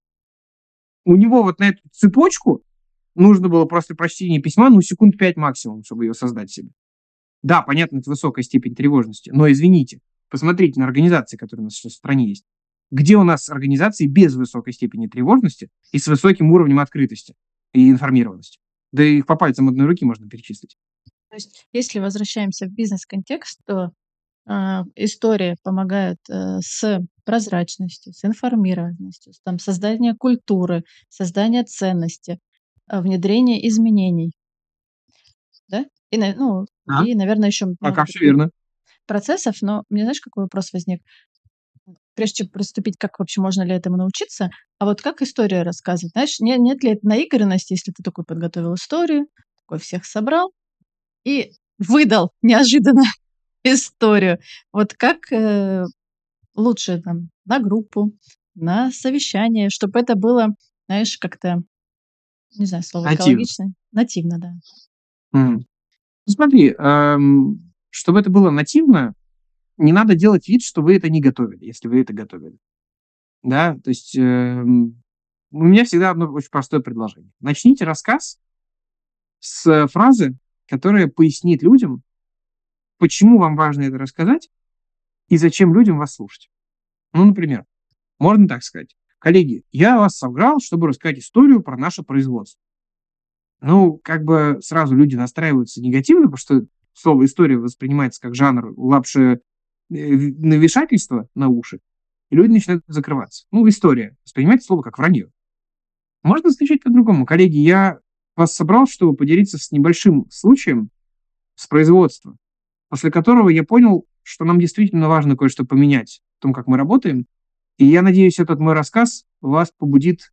У него вот на эту цепочку нужно было после прочтения письма, ну, секунд пять максимум, чтобы ее создать себе. Да, понятно, это высокая степень тревожности, но извините, посмотрите на организации, которые у нас сейчас в стране есть. Где у нас организации без высокой степени тревожности и с высоким уровнем открытости и информированности? Да их по пальцам одной руки можно перечислить. То есть, если возвращаемся в бизнес-контекст, то э, истории помогают э, с прозрачностью, с информированностью, с там, созданием культуры, создание ценности, э, внедрение изменений. Да? И, на- ну, А? и, наверное, еще много Пока все других верно. процессов. Но мне знаешь, какой вопрос возник? Прежде чем приступить, как вообще можно ли этому научиться, а вот как историю рассказывать? Знаешь, не- нет ли наигранности, если ты такой подготовил историю, такой всех собрал и выдал неожиданно историю. Вот как э, лучше там на группу, на совещание, чтобы это было знаешь, как-то, не знаю, слово Нативно. экологично. Нативно, да. Мгм. Ну, смотри, эм, чтобы это было нативно, не надо делать вид, что вы это не готовили, если вы это готовили. Да, то есть эм, у меня всегда одно очень простое предложение. Начните рассказ с фразы, которая пояснит людям, почему вам важно это рассказать и зачем людям вас слушать. Ну, например, можно так сказать. Коллеги, я вас собрал, чтобы рассказать историю про наше производство. Ну, как бы сразу люди настраиваются негативно, потому что слово «история» воспринимается как жанр лапши навешательства на уши, и люди начинают закрываться. Ну, история. Воспринимайте слово как вранье. Можно начать по-другому. Коллеги, я вас собрал, чтобы поделиться с небольшим случаем с производства, после которого я понял, что нам действительно важно кое-что поменять в том, как мы работаем. И я надеюсь, этот мой рассказ вас побудит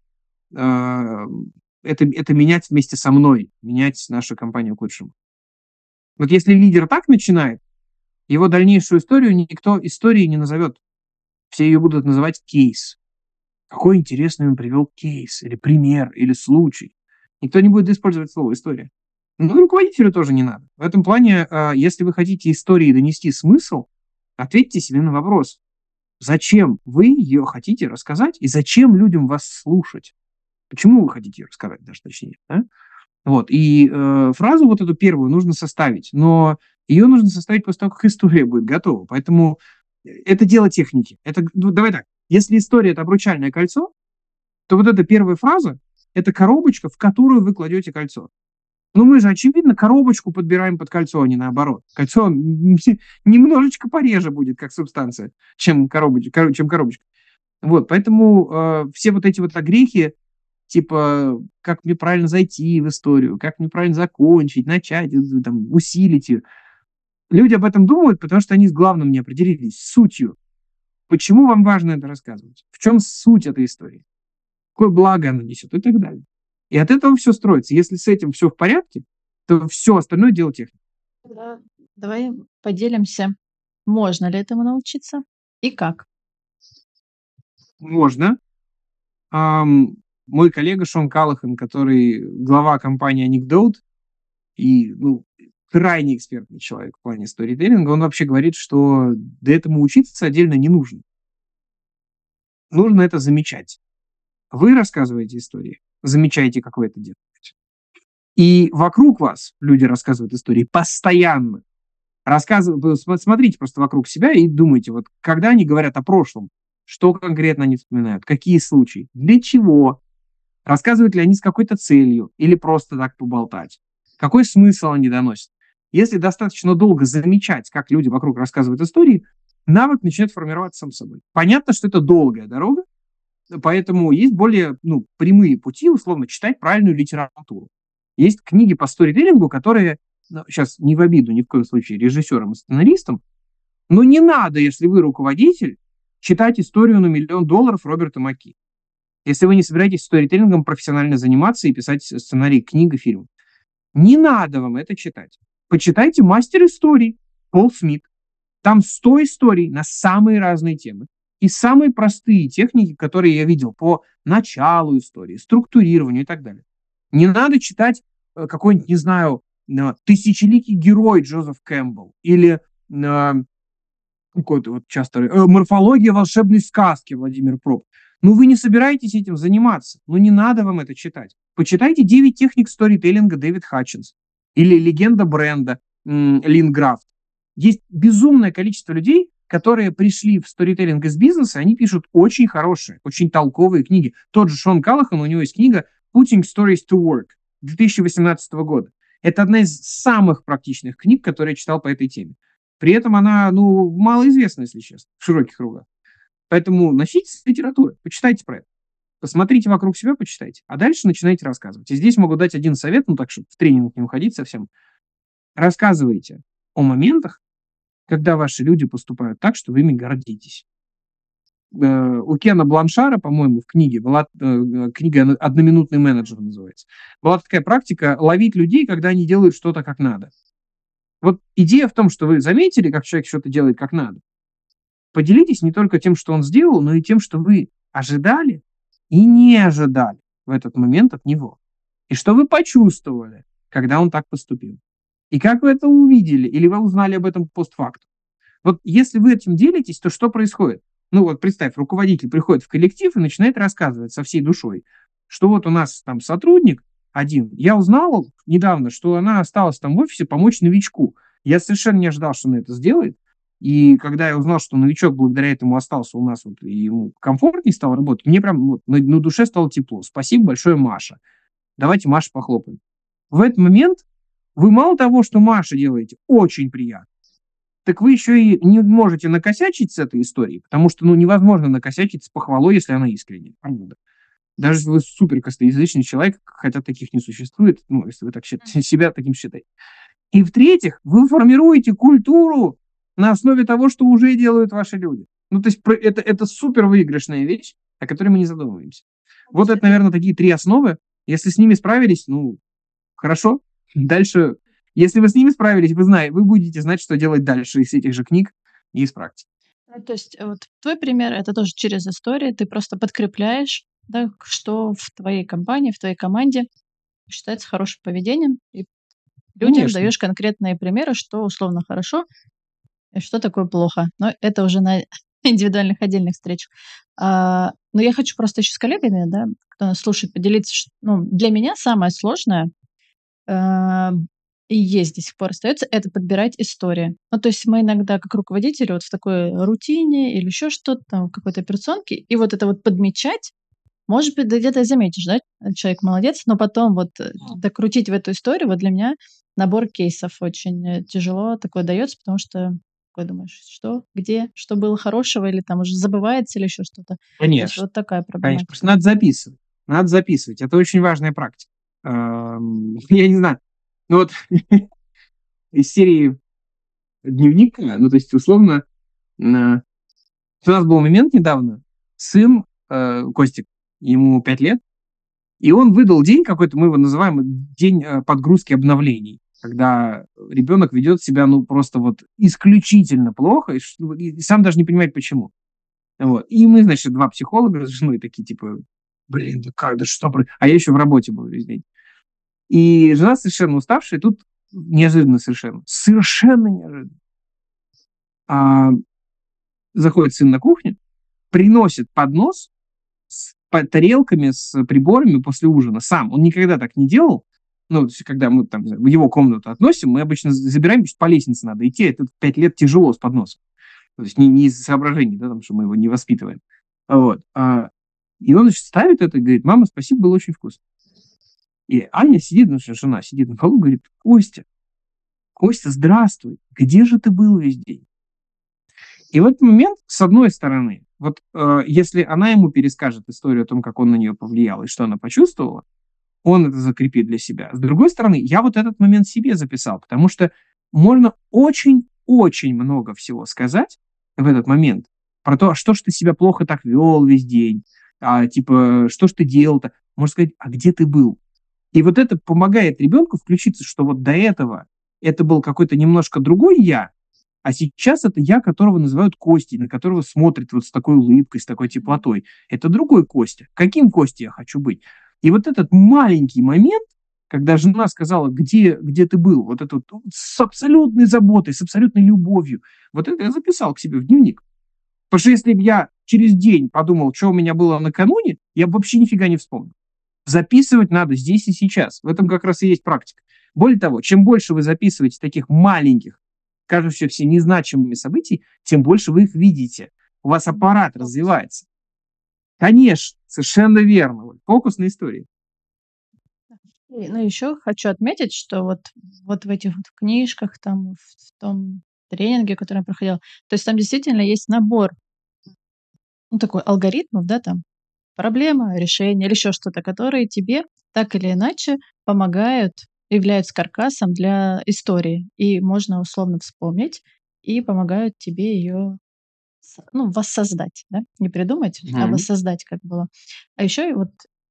э, это, это менять вместе со мной, менять нашу компанию к лучшему. Вот если лидер так начинает, его дальнейшую историю никто историей не назовет. Все ее будут называть кейс. Какой интересный он привел кейс, или пример, или случай. Никто не будет использовать слово «история». Ну, руководителю тоже не надо. В этом плане, если вы хотите истории донести смысл, ответьте себе на вопрос, зачем вы ее хотите рассказать и зачем людям вас слушать. Почему вы хотите ее рассказать, даже точнее. Да? Вот. И э, фразу вот эту первую нужно составить, но ее нужно составить после того, как история будет готова. Поэтому это дело техники. Это, ну, давай так, если история – это обручальное кольцо, то вот эта первая фраза – это коробочка, в которую вы кладете кольцо. Ну, мы же, очевидно, коробочку подбираем под кольцо, а не наоборот. Кольцо немножечко пореже будет, как субстанция, чем коробочка. Чем коробочка. Вот, поэтому э, все вот эти вот огрехи, типа, как мне правильно зайти в историю, как мне правильно закончить, начать, там, усилить ее. Люди об этом думают, потому что они с главным не определились, с сутью. Почему вам важно это рассказывать? В чем суть этой истории? Какое благо она несет и так далее. И от этого все строится. Если с этим все в порядке, то все остальное дело техники. Да. Давай поделимся, можно ли этому научиться и как. Можно. Um, мой коллега Шон Каллахан, который глава компании Anecdote и ну, крайне экспертный человек в плане сторителлинга, он вообще говорит, что до этому учиться отдельно не нужно. Нужно это замечать. Вы рассказываете истории, замечаете, как вы это делаете. И вокруг вас люди рассказывают истории постоянно. Рассказывают, смотрите просто вокруг себя и думайте, вот когда они говорят о прошлом, что конкретно они вспоминают, какие случаи, для чего, рассказывают ли они с какой-то целью или просто так поболтать, какой смысл они доносят. Если достаточно долго замечать, как люди вокруг рассказывают истории, навык начинает формироваться сам собой. Понятно, что это долгая дорога, поэтому есть более ну, прямые пути, условно, читать правильную литературу. Есть книги по сторителлингу, которые, ну, сейчас не в обиду ни в коем случае режиссерам и сценаристам, но не надо, если вы руководитель, читать историю на миллион долларов Роберта Маки. Если вы не собираетесь сторителлингом профессионально заниматься и писать сценарий книг и фильмов. Не надо вам это читать. Почитайте «Мастер историй» Пол Смит. Там сто историй на самые разные темы. И самые простые техники, которые я видел по началу истории, структурированию и так далее. Не надо читать какой-нибудь, не знаю, «Тысячеликий герой» Джозеф Кэмпбелл или какой-то вот часто «Морфология волшебной сказки» Владимир Проб. Ну, вы не собираетесь этим заниматься. Ну, не надо вам это читать. Почитайте девять техник сторителлинга Дэвид Хатчинс или «Легенда бренда» Лин Графт. Есть безумное количество людей, которые пришли в сторителлинг из бизнеса, они пишут очень хорошие, очень толковые книги. Тот же Шон Каллахан, у него есть книга «Putting Stories to Work» две тысячи восемнадцатого года. Это одна из самых практичных книг, которые я читал по этой теме. При этом она, ну, малоизвестна, если честно, в широких кругах. Поэтому носитесь литературой, почитайте про это. Посмотрите вокруг себя, почитайте. А дальше начинайте рассказывать. И здесь могу дать один совет, ну так, чтобы в тренинг не уходить совсем. Рассказывайте о моментах, когда ваши люди поступают так, что вы ими гордитесь. Э, у Кена Бланшара, по-моему, в книге, была э, книга «Одноминутный менеджер» называется, была такая практика ловить людей, когда они делают что-то как надо. Вот идея в том, что вы заметили, как человек что-то делает как надо. Поделитесь не только тем, что он сделал, но и тем, что вы ожидали и не ожидали. в этот момент от него? И что вы почувствовали, когда он так поступил? И как вы это увидели? Или вы узнали об этом постфактум? Вот если вы этим делитесь, то что происходит? Ну вот представь, руководитель приходит в коллектив и начинает рассказывать со всей душой, что вот у нас там сотрудник один, я узнал недавно, что она осталась там в офисе помочь новичку. Я совершенно не ожидал, что она это сделает. И когда я узнал, что новичок благодаря этому остался у нас, вот, и ему комфортнее стало работать, мне прям вот, на, на душе стало тепло. Спасибо большое, Маша. Давайте Маше похлопаем. В этот момент вы мало того, что Маше делаете очень приятно, так вы еще и не можете накосячить с этой историей, потому что ну, невозможно накосячить с похвалой, если она искренняя. Даже если вы супер костноязычный человек, хотя таких не существует, ну, если вы так считаете, себя таким считаете. И в-третьих, вы формируете культуру на основе того, что уже делают ваши люди. Ну, то есть это, это супер выигрышная вещь, о которой мы не задумываемся. Вот это, наверное, такие три основы. Если с ними справились, ну, хорошо. Дальше, если вы с ними справились, вы знаете, вы будете знать, что делать дальше из этих же книг и из практики. Ну, то есть вот твой пример — это тоже через историю. Ты просто подкрепляешь, да, что в твоей компании, в твоей команде считается хорошим поведением, и людям Конечно. даешь конкретные примеры, что условно хорошо и что такое плохо. Но это уже на индивидуальных отдельных встречах. А, но я хочу просто еще с коллегами, да, кто нас слушает, поделиться. Что, ну, для меня самое сложное а, и есть до сих пор остается, это подбирать истории. Ну, то есть мы иногда, как руководители, вот в такой рутине или еще что-то, там, в какой-то операционке, и вот это вот подмечать, может быть, ты где-то заметишь, да, человек молодец, но потом вот э, докрутить в эту историю, вот для меня набор кейсов очень э, тяжело такое дается, потому что такой думаешь, что, где, что было хорошего, или там уже забывается, или еще что-то. То есть Конечно. вот такая Конечно. проблематика. Просто надо записывать. Надо записывать. Это очень важная практика. Эм, Я не знаю. Ну вот из серии дневника, ну то есть условно, э, у нас был момент недавно, сын э, Костик, ему пять лет, и он выдал день какой-то, мы его называем день э, подгрузки обновлений, когда ребенок ведет себя, ну, просто вот исключительно плохо, и, ш- ну, и- и сам даже не понимает, почему. Вот. И мы, значит, два психолога с женой такие, типа, блин, да как, да что, про-» а я еще в работе был весь день. И жена совершенно уставшая, тут неожиданно совершенно, совершенно неожиданно. А, заходит сын на кухню, приносит поднос с па- тарелками, с приборами после ужина сам. Он никогда так не делал. Ну, то есть, когда мы там, не знаю, в его комнату относим, мы обычно забираем, потому что по лестнице надо идти. Это в пять лет тяжело с подносом. То есть не, не из соображений, да, там, что мы его не воспитываем. Вот. А, и он, значит, ставит это и говорит: мама, спасибо, было очень вкусно. И Аня сидит, ну, жена сидит на полу, говорит: Костя, Костя, здравствуй, где же ты был весь день? И в этот момент, с одной стороны, вот э, если она ему перескажет историю о том, как он на нее повлиял и что она почувствовала, он это закрепит для себя. С другой стороны, я вот этот момент себе записал, потому что можно очень-очень много всего сказать в этот момент про то, а что ж ты себя плохо так вел весь день, а, типа, что ж ты делал-то. Можно сказать, а где ты был? И вот это помогает ребенку включиться, что вот до этого это был какой-то немножко другой я, а сейчас это я, которого называют Костей, на которого смотрят вот с такой улыбкой, с такой теплотой. Это другой Костя. Каким Костей я хочу быть? И вот этот маленький момент, когда жена сказала, где, где ты был, вот это вот с абсолютной заботой, с абсолютной любовью, вот это я записал к себе в дневник. Потому что если бы я через день подумал, что у меня было накануне, я бы вообще нифига не вспомнил. Записывать надо здесь и сейчас. В этом как раз и есть практика. Более того, чем больше вы записываете таких маленьких, кажущихся незначимыми событий, тем больше вы их видите. У вас аппарат развивается. Конечно, совершенно верно. Вот, фокус на истории. И, ну, еще хочу отметить, что вот, вот в этих вот книжках, там, в, в том тренинге, который я проходила, то есть там действительно есть набор, ну, такой алгоритмов, да, там, проблема, решение или еще что-то, которые тебе так или иначе помогают, являются каркасом для истории. И можно условно вспомнить, и помогают тебе ее, ну, воссоздать, да? Не придумать, а Мгм. воссоздать, как было. А еще и вот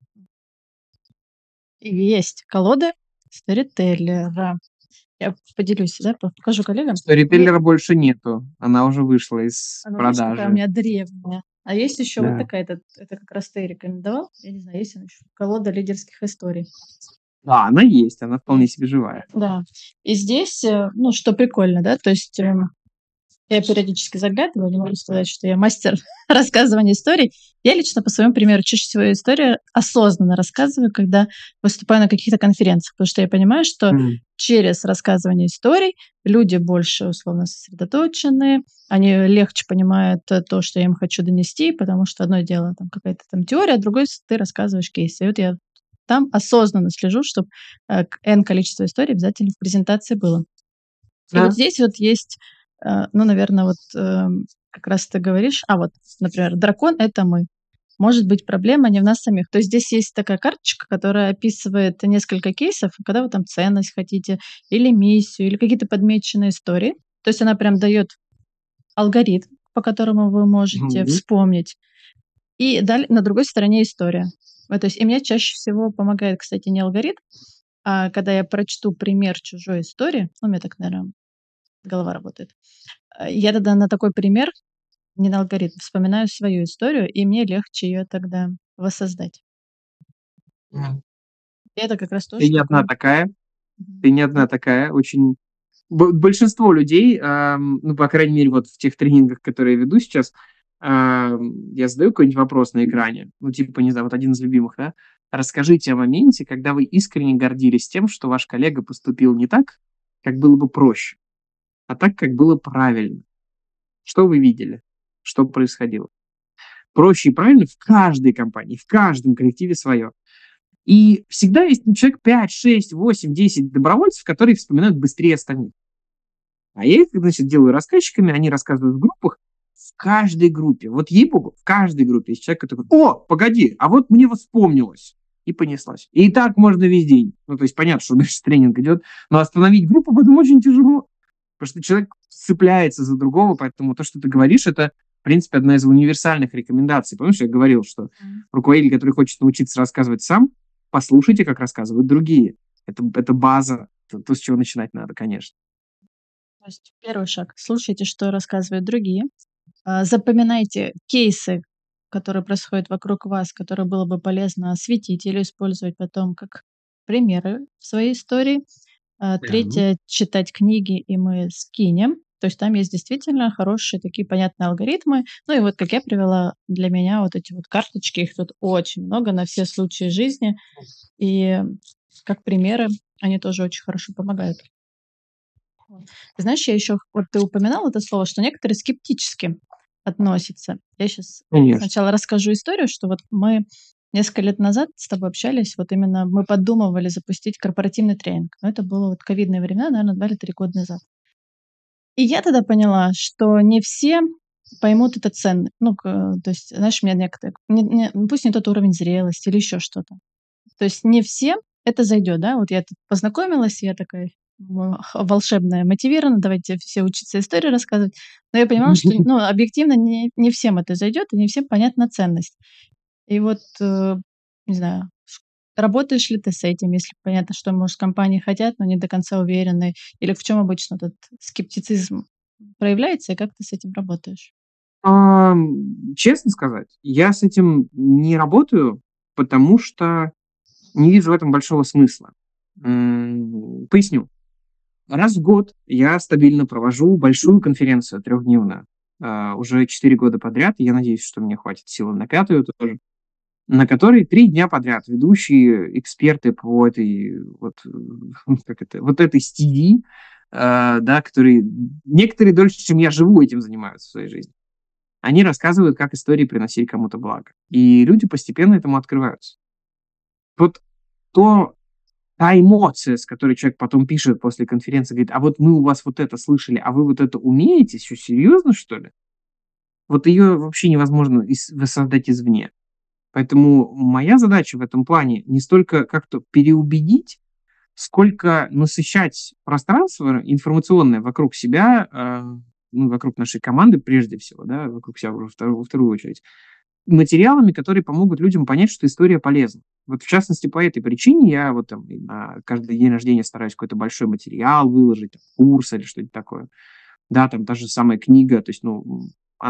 есть колода сторителлера. Я поделюсь, да, по- покажу коллегам. Мне Сторителлера больше нету. Она уже вышла из она, знаешь, такая у продажи. меня древняя. А есть еще вот Да. такая, это, это как раз ты рекомендовал, я не знаю, есть она еще, колода лидерских историй. А, она есть, она вполне Есть. себе живая. Да. И здесь, э, ну, что прикольно, да, то есть эм, я периодически заглядываю, не могу сказать, что я мастер рассказывания историй. Я лично по своему примеру чаще всего историю осознанно рассказываю, когда выступаю на каких-то конференциях, потому что я понимаю, что Мгм. через рассказывание историй люди больше условно сосредоточены, они легче понимают э, то, что я им хочу донести, потому что одно дело там какая-то там теория, а другое с- ты рассказываешь кейсы. И вот я там осознанно слежу, чтобы N количество историй обязательно в презентации было. И вот Да. здесь вот есть, э, ну, наверное, вот эм, как раз ты говоришь, а вот, например, дракон — это мы. Может быть, проблема не в нас самих. То есть здесь есть такая карточка, которая описывает несколько кейсов, когда вы там ценность хотите, или миссию, или какие-то подмеченные истории. То есть она прям дает алгоритм, по которому вы можете Мгм. вспомнить. И далее на другой стороне история. Вот, то есть, и мне чаще всего помогает, кстати, не алгоритм, а когда я прочту пример чужой истории, ну, у меня так, наверное, голова работает. Э, Я тогда на такой пример, не на алгоритм, вспоминаю свою историю, и мне легче ее тогда воссоздать. Мгм. И это как раз Ты тоже не одна такой. такая, Мгм. ты не одна такая. Очень б большинство людей, ам, ну, по крайней мере, вот в тех тренингах, которые я веду сейчас, ам, я задаю какой-нибудь вопрос на экране, ну, типа, не знаю, вот один из любимых, да: расскажите о моменте, когда вы искренне гордились тем, что ваш коллега поступил не так, как было бы проще, а так, как было правильно. Что вы видели? Что происходило? Проще и правильно в каждой компании, в каждом коллективе свое. И всегда есть, ну, человек пять, шесть, восемь, десять добровольцев, которые вспоминают быстрее остальных. А я их, значит, делаю рассказчиками, они рассказывают в группах. В каждой группе, вот ей-богу, в каждой группе есть человек, который: о, погоди, а вот мне вот вспомнилось. И понеслась. И так можно весь день. Ну, то есть понятно, что дальше тренинг идет, но остановить группу потом очень тяжело. Потому что человек цепляется за другого, поэтому то, что ты говоришь, это, в принципе, одна из универсальных рекомендаций. Помнишь, я говорил, что Мгм. руководитель, который хочет научиться рассказывать сам, послушайте, как рассказывают другие. Это, это база, то, то, с чего начинать надо, конечно. То есть первый шаг — слушайте, что рассказывают другие. А, Запоминайте кейсы, которые происходят вокруг вас, которые было бы полезно осветить или использовать потом как примеры в своей истории. А, Да. Третье — читать книги, и мы скинем. То есть там есть действительно хорошие такие понятные алгоритмы. Ну и вот, как я привела, для меня вот эти вот карточки, их тут очень много на все случаи жизни. И как примеры они тоже очень хорошо помогают. Вот. Ты знаешь, я еще, вот ты упоминал это слово, что некоторые скептически относятся. Я сейчас Конечно. сначала расскажу историю, что вот мы несколько лет назад с тобой общались, вот именно мы подумывали запустить корпоративный тренинг. Но это было вот ковидные времена, наверное, два или три года назад. И я тогда поняла, что не все поймут это ценно. Ну, к- то есть, знаешь, у меня некоторые, не- не- ну, пусть не тот уровень зрелости или еще что-то. То есть не всем это зайдет, да. Вот я тут познакомилась, я такая в х волшебная, мотивирована, давайте все учиться истории рассказывать. Но я понимала, что, ну, объективно не не всем это зайдет и не всем понятна ценность. И вот, э, не знаю, ш работаешь ли ты с этим, если понятно, что, может, компании хотят, но не до конца уверены, или в чем обычно этот скептицизм проявляется, и как ты с этим работаешь? Ам, честно сказать, я с этим не работаю, потому что не вижу в этом большого смысла. М, Поясню. Раз в год я стабильно провожу большую конференцию трехдневную, а, уже четыре года подряд, и я надеюсь, что мне хватит силы на пятую тоже, на которой три дня подряд ведущие эксперты по этой вот, э, как это, вот этой стези, а, да, которые некоторые дольше, чем я живу, этим занимаются в своей жизни. Они рассказывают, как истории приносили кому-то благо. И люди постепенно этому открываются. Вот то та эмоция, с которой человек потом пишет после конференции, говорит: а вот мы у вас вот это слышали, а вы вот это умеете? Что, серьезно, что ли? Вот ее вообще невозможно из- воссоздать извне. Поэтому моя задача в этом плане не столько как-то переубедить, сколько насыщать пространство информационное вокруг себя, э, ну, вокруг нашей команды прежде всего, да, вокруг себя во вторую, во вторую очередь, материалами, которые помогут людям понять, что история полезна. Вот в частности по этой причине я вот там и на каждый день рождения стараюсь какой-то большой материал выложить, там, курс или что-нибудь такое. Да, там та же самая книга, то есть, ну, м, она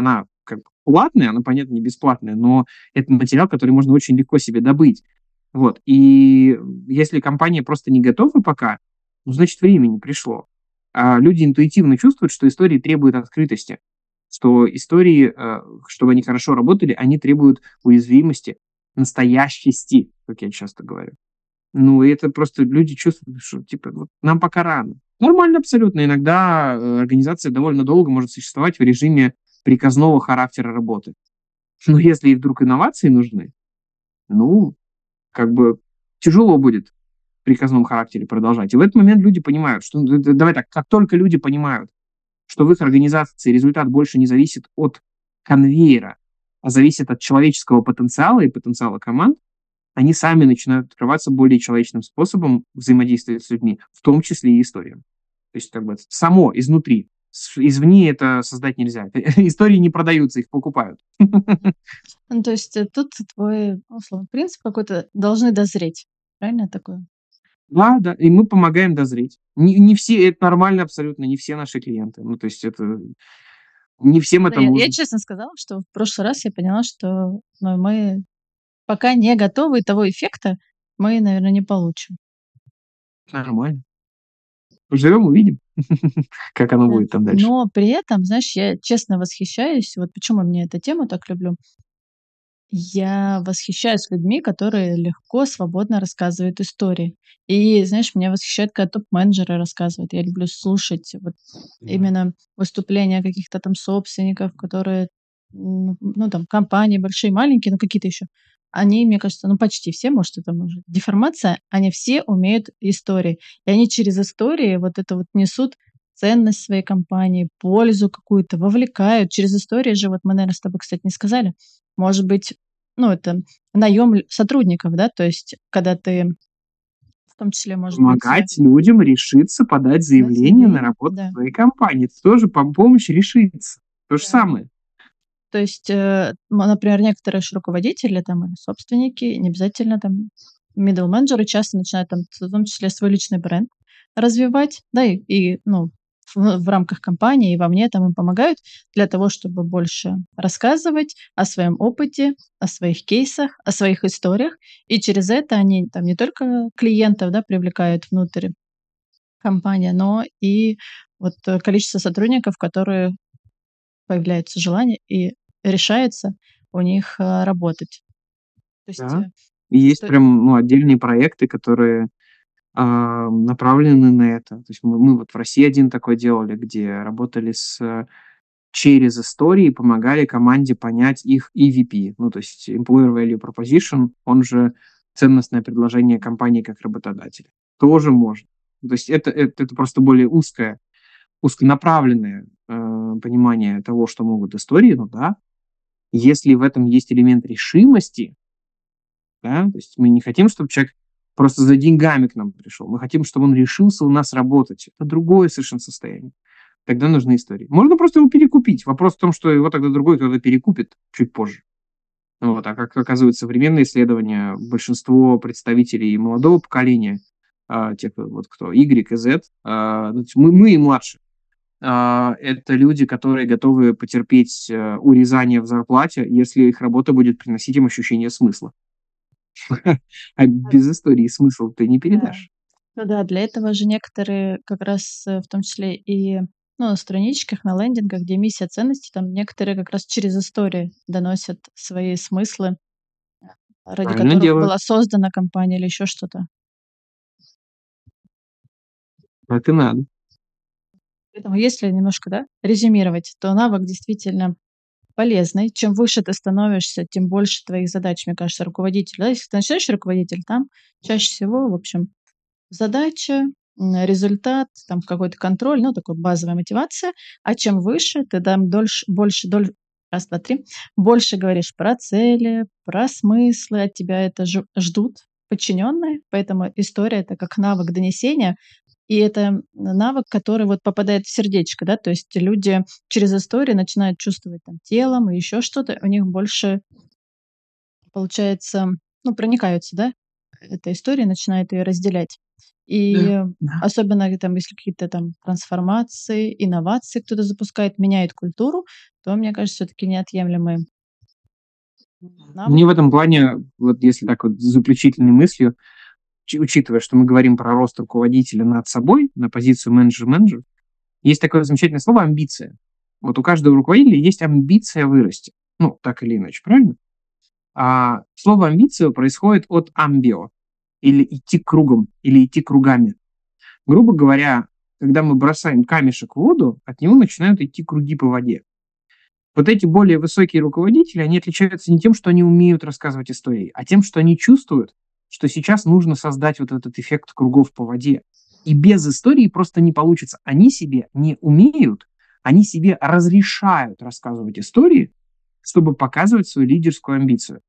как бы платная, она, понятно, не бесплатная, но это материал, который можно очень легко себе добыть. Вот. И если компания просто не готова пока, ну, значит, время не пришло. А люди интуитивно чувствуют, что истории требуют открытости, что истории, э, чтобы они хорошо работали, они требуют уязвимости, настоящести, как я часто говорю. Ну, и это просто люди чувствуют, что, типа, вот нам пока рано. Нормально абсолютно. Иногда э, организация довольно долго может существовать в режиме приказного характера работы. Но если и вдруг инновации нужны, ну, как бы тяжело будет в приказном характере продолжать. И в этот момент люди понимают, что, ну, д- давай так, как только люди понимают, что в их организации результат больше не зависит от конвейера, а зависит от человеческого потенциала и потенциала команд, они сами начинают открываться более человечным способом взаимодействия с людьми, в том числе и историям. То есть как бы само, изнутри. С- Извне это создать нельзя. Истории не продаются, их покупают. Ну, то есть э, тут твой, условно, принцип какой-то должны дозреть. Правильно такое? Да, да, и мы помогаем дозреть. Не, не все, это нормально абсолютно, не все наши клиенты. Ну, то есть это, не всем Да, это я, я нужно. честно сказала, что в прошлый раз я поняла, что ну, мы пока не готовы, и того эффекта мы, наверное, не получим. Нормально. Живем, увидим, как оно Да. будет там дальше. Но при этом, знаешь, я честно восхищаюсь, вот почему мне эту тему так люблю. Я восхищаюсь людьми, которые легко, свободно рассказывают истории. И, знаешь, меня восхищает, когда топ-менеджеры рассказывают. Я люблю слушать вот именно выступления каких-то там собственников, которые, м, ну, там, компании большие, маленькие, ну, какие-то еще. Они, мне кажется, ну, почти все, может, это может деформация, они все умеют истории. И они через истории вот это вот несут ценность своей компании, пользу какую-то, вовлекают. Через истории же, вот мы, наверное, с тобой, кстати, не сказали, может быть, ну, это наем сотрудников, да, то есть когда ты в том числе, может быть, э, Помогать людям решиться подать дать заявление на заявление, работу в да, своей компании. Это тоже пом- помощь решиться. То же да. самое. То есть, э, м, например, некоторые ж руководители там или собственники, не обязательно там middle менеджеры часто начинают там, в том числе, свой личный бренд развивать, да, и, и, ну, в, в рамках компании и вовне там им помогают для того, чтобы больше рассказывать о своем опыте, о своих кейсах, о своих историях, и через это они там не только клиентов, да, привлекают внутрь компании, но и вот э, количество сотрудников, которые появляется желание и решается у них, а, работать. То есть, Да. э, И есть то прям, ну, отдельные проекты, которые а, направлены на это. То есть мы, мы вот в России один такой делали, где работали с э, через истории, помогали команде понять их и ви пи, ну, то есть Employer Value Proposition, он же ценностное предложение компании как работодателя. Тоже можно. То есть это, это, это просто более узкое, узконаправленное э, понимание того, что могут истории, ну да. Если в этом есть элемент решимости, да, то есть мы не хотим, чтобы человек просто за деньгами к нам пришел. Мы хотим, чтобы он решился у нас работать. Это другое совершенно состояние. Тогда нужны истории. Можно просто его перекупить. Вопрос в том, что его тогда другой кто-то перекупит чуть позже. Вот. А как оказывают современные исследования, большинство представителей молодого поколения, а, тех, вот кто Y и Z, а, ну, то есть мы, мы и младше, а, это люди, которые готовы потерпеть э, урезание в зарплате, если их работа будет приносить им ощущение смысла. А без истории смысл ты не да. передашь. Ну да, для этого же некоторые как раз, э, в том числе и, ну, на страничках, на лендингах, где миссия ценностей, там некоторые как раз через истории доносят свои смыслы, ради Правильно которых делают. была создана компания или еще что-то. Так и надо. Поэтому если немножко, да, резюмировать, то навык действительно полезный. Чем выше ты становишься, тем больше твоих задач, мне кажется, руководитель. Да, если ты начинающий руководитель, там чаще всего, в общем, задача, м, результат, там какой-то контроль, ну, такой базовая мотивация. А чем выше, ты там дольше, больше, доль, раз, два, три, больше говоришь про цели, про смыслы, от тебя это жу- ждут подчиненные, поэтому история это как навык донесения, и это навык, который вот попадает в сердечко, да, то есть люди через истории начинают чувствовать там телом и еще что-то, у них больше получается, ну, проникаются, да, этой историей, начинают ее разделять. Да, И да. особенно там, если какие-то там трансформации, инновации кто-то запускает, меняет культуру, что, мне кажется, все-таки неотъемлемый навык. Мне в этом плане, вот если так вот с заключительной мыслью, ч- учитывая, что мы говорим про рост руководителя над собой, на позицию менеджер-менеджер, есть такое замечательное слово «амбиция». Вот у каждого руководителя есть амбиция вырасти. Ну, так или иначе, правильно? А слово «амбиция» происходит от «амбио», или «идти кругом», или «идти кругами». Грубо говоря, когда мы бросаем камешек в воду, от него начинают идти круги по воде. Вот эти более высокие руководители, они отличаются не тем, что они умеют рассказывать истории, а тем, что они чувствуют, что сейчас нужно создать вот этот эффект кругов по воде. И без истории просто не получится. Они себе не умеют, они себе разрешают рассказывать истории, чтобы показывать свою лидерскую амбицию.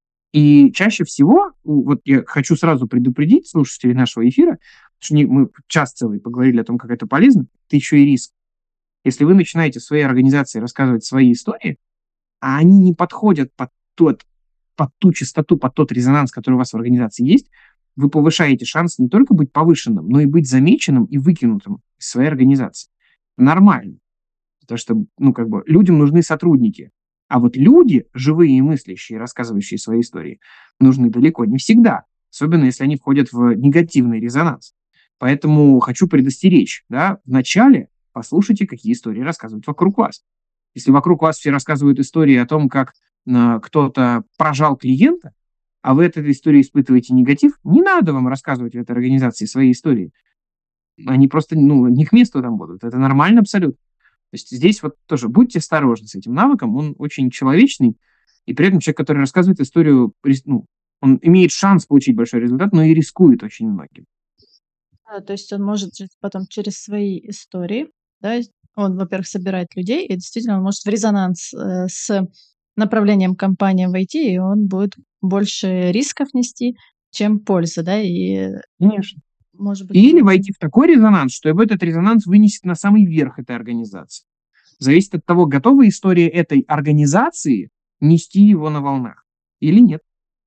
И чаще всего, у- вот я хочу сразу предупредить слушателей нашего эфира, потому что не- мы час целый поговорили о том, как это полезно, это еще и риск. Если вы начинаете в своей организации рассказывать свои истории, а они не подходят под, тот, под ту частоту, под тот резонанс, который у вас в организации есть, вы повышаете шанс не только быть повышенным, но и быть замеченным и выкинутым из своей организации. Нормально. Потому что, ну, как бы, людям нужны сотрудники. А вот люди, живые и мыслящие, рассказывающие свои истории, нужны далеко не всегда. Особенно, если они входят в негативный резонанс. Поэтому хочу предостеречь, да, вначале послушайте, какие истории рассказывают вокруг вас. Если вокруг вас все рассказывают истории о том, как э, кто-то прожал клиента, а вы от этой истории испытываете негатив, не надо вам рассказывать в этой организации свои истории. Они просто, ну, не к месту там будут. Это нормально абсолютно. То есть здесь вот тоже будьте осторожны с этим навыком, он очень человечный, и при этом человек, который рассказывает историю, рис- ну, он имеет шанс получить большой результат, но и рискует очень многим. Да, то есть он может жить потом через свои истории, да, и он, во-первых, собирает людей, и действительно он может в резонанс э, с направлением компании войти, и он будет больше рисков нести, чем пользы, да, и Конечно. может быть Или уже войти в такой резонанс, что об этот резонанс вынесет на самый верх этой организации. Зависит от того, готова история этой организации нести его на волнах или нет.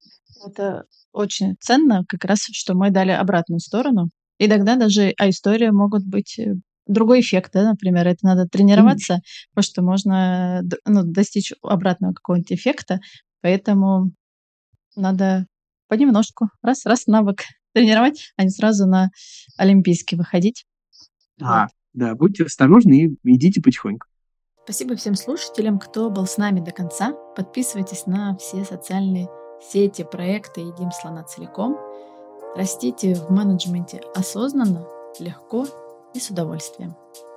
это очень ценно, как раз, что мы дали обратную сторону. И тогда даже, а истории могут быть э, другой эффект, да, например, это надо Конечно. тренироваться, потому что можно д- ну, достичь обратного какого-нибудь эффекта, поэтому надо понемножку, раз, раз навык тренировать, а не сразу на олимпийский выходить. Вот. А, да, будьте осторожны и идите потихоньку. Спасибо всем слушателям, кто был с нами до конца. Подписывайтесь на все социальные сети, проекты «Едим слона целиком». Растите в менеджменте осознанно, легко и с удовольствием.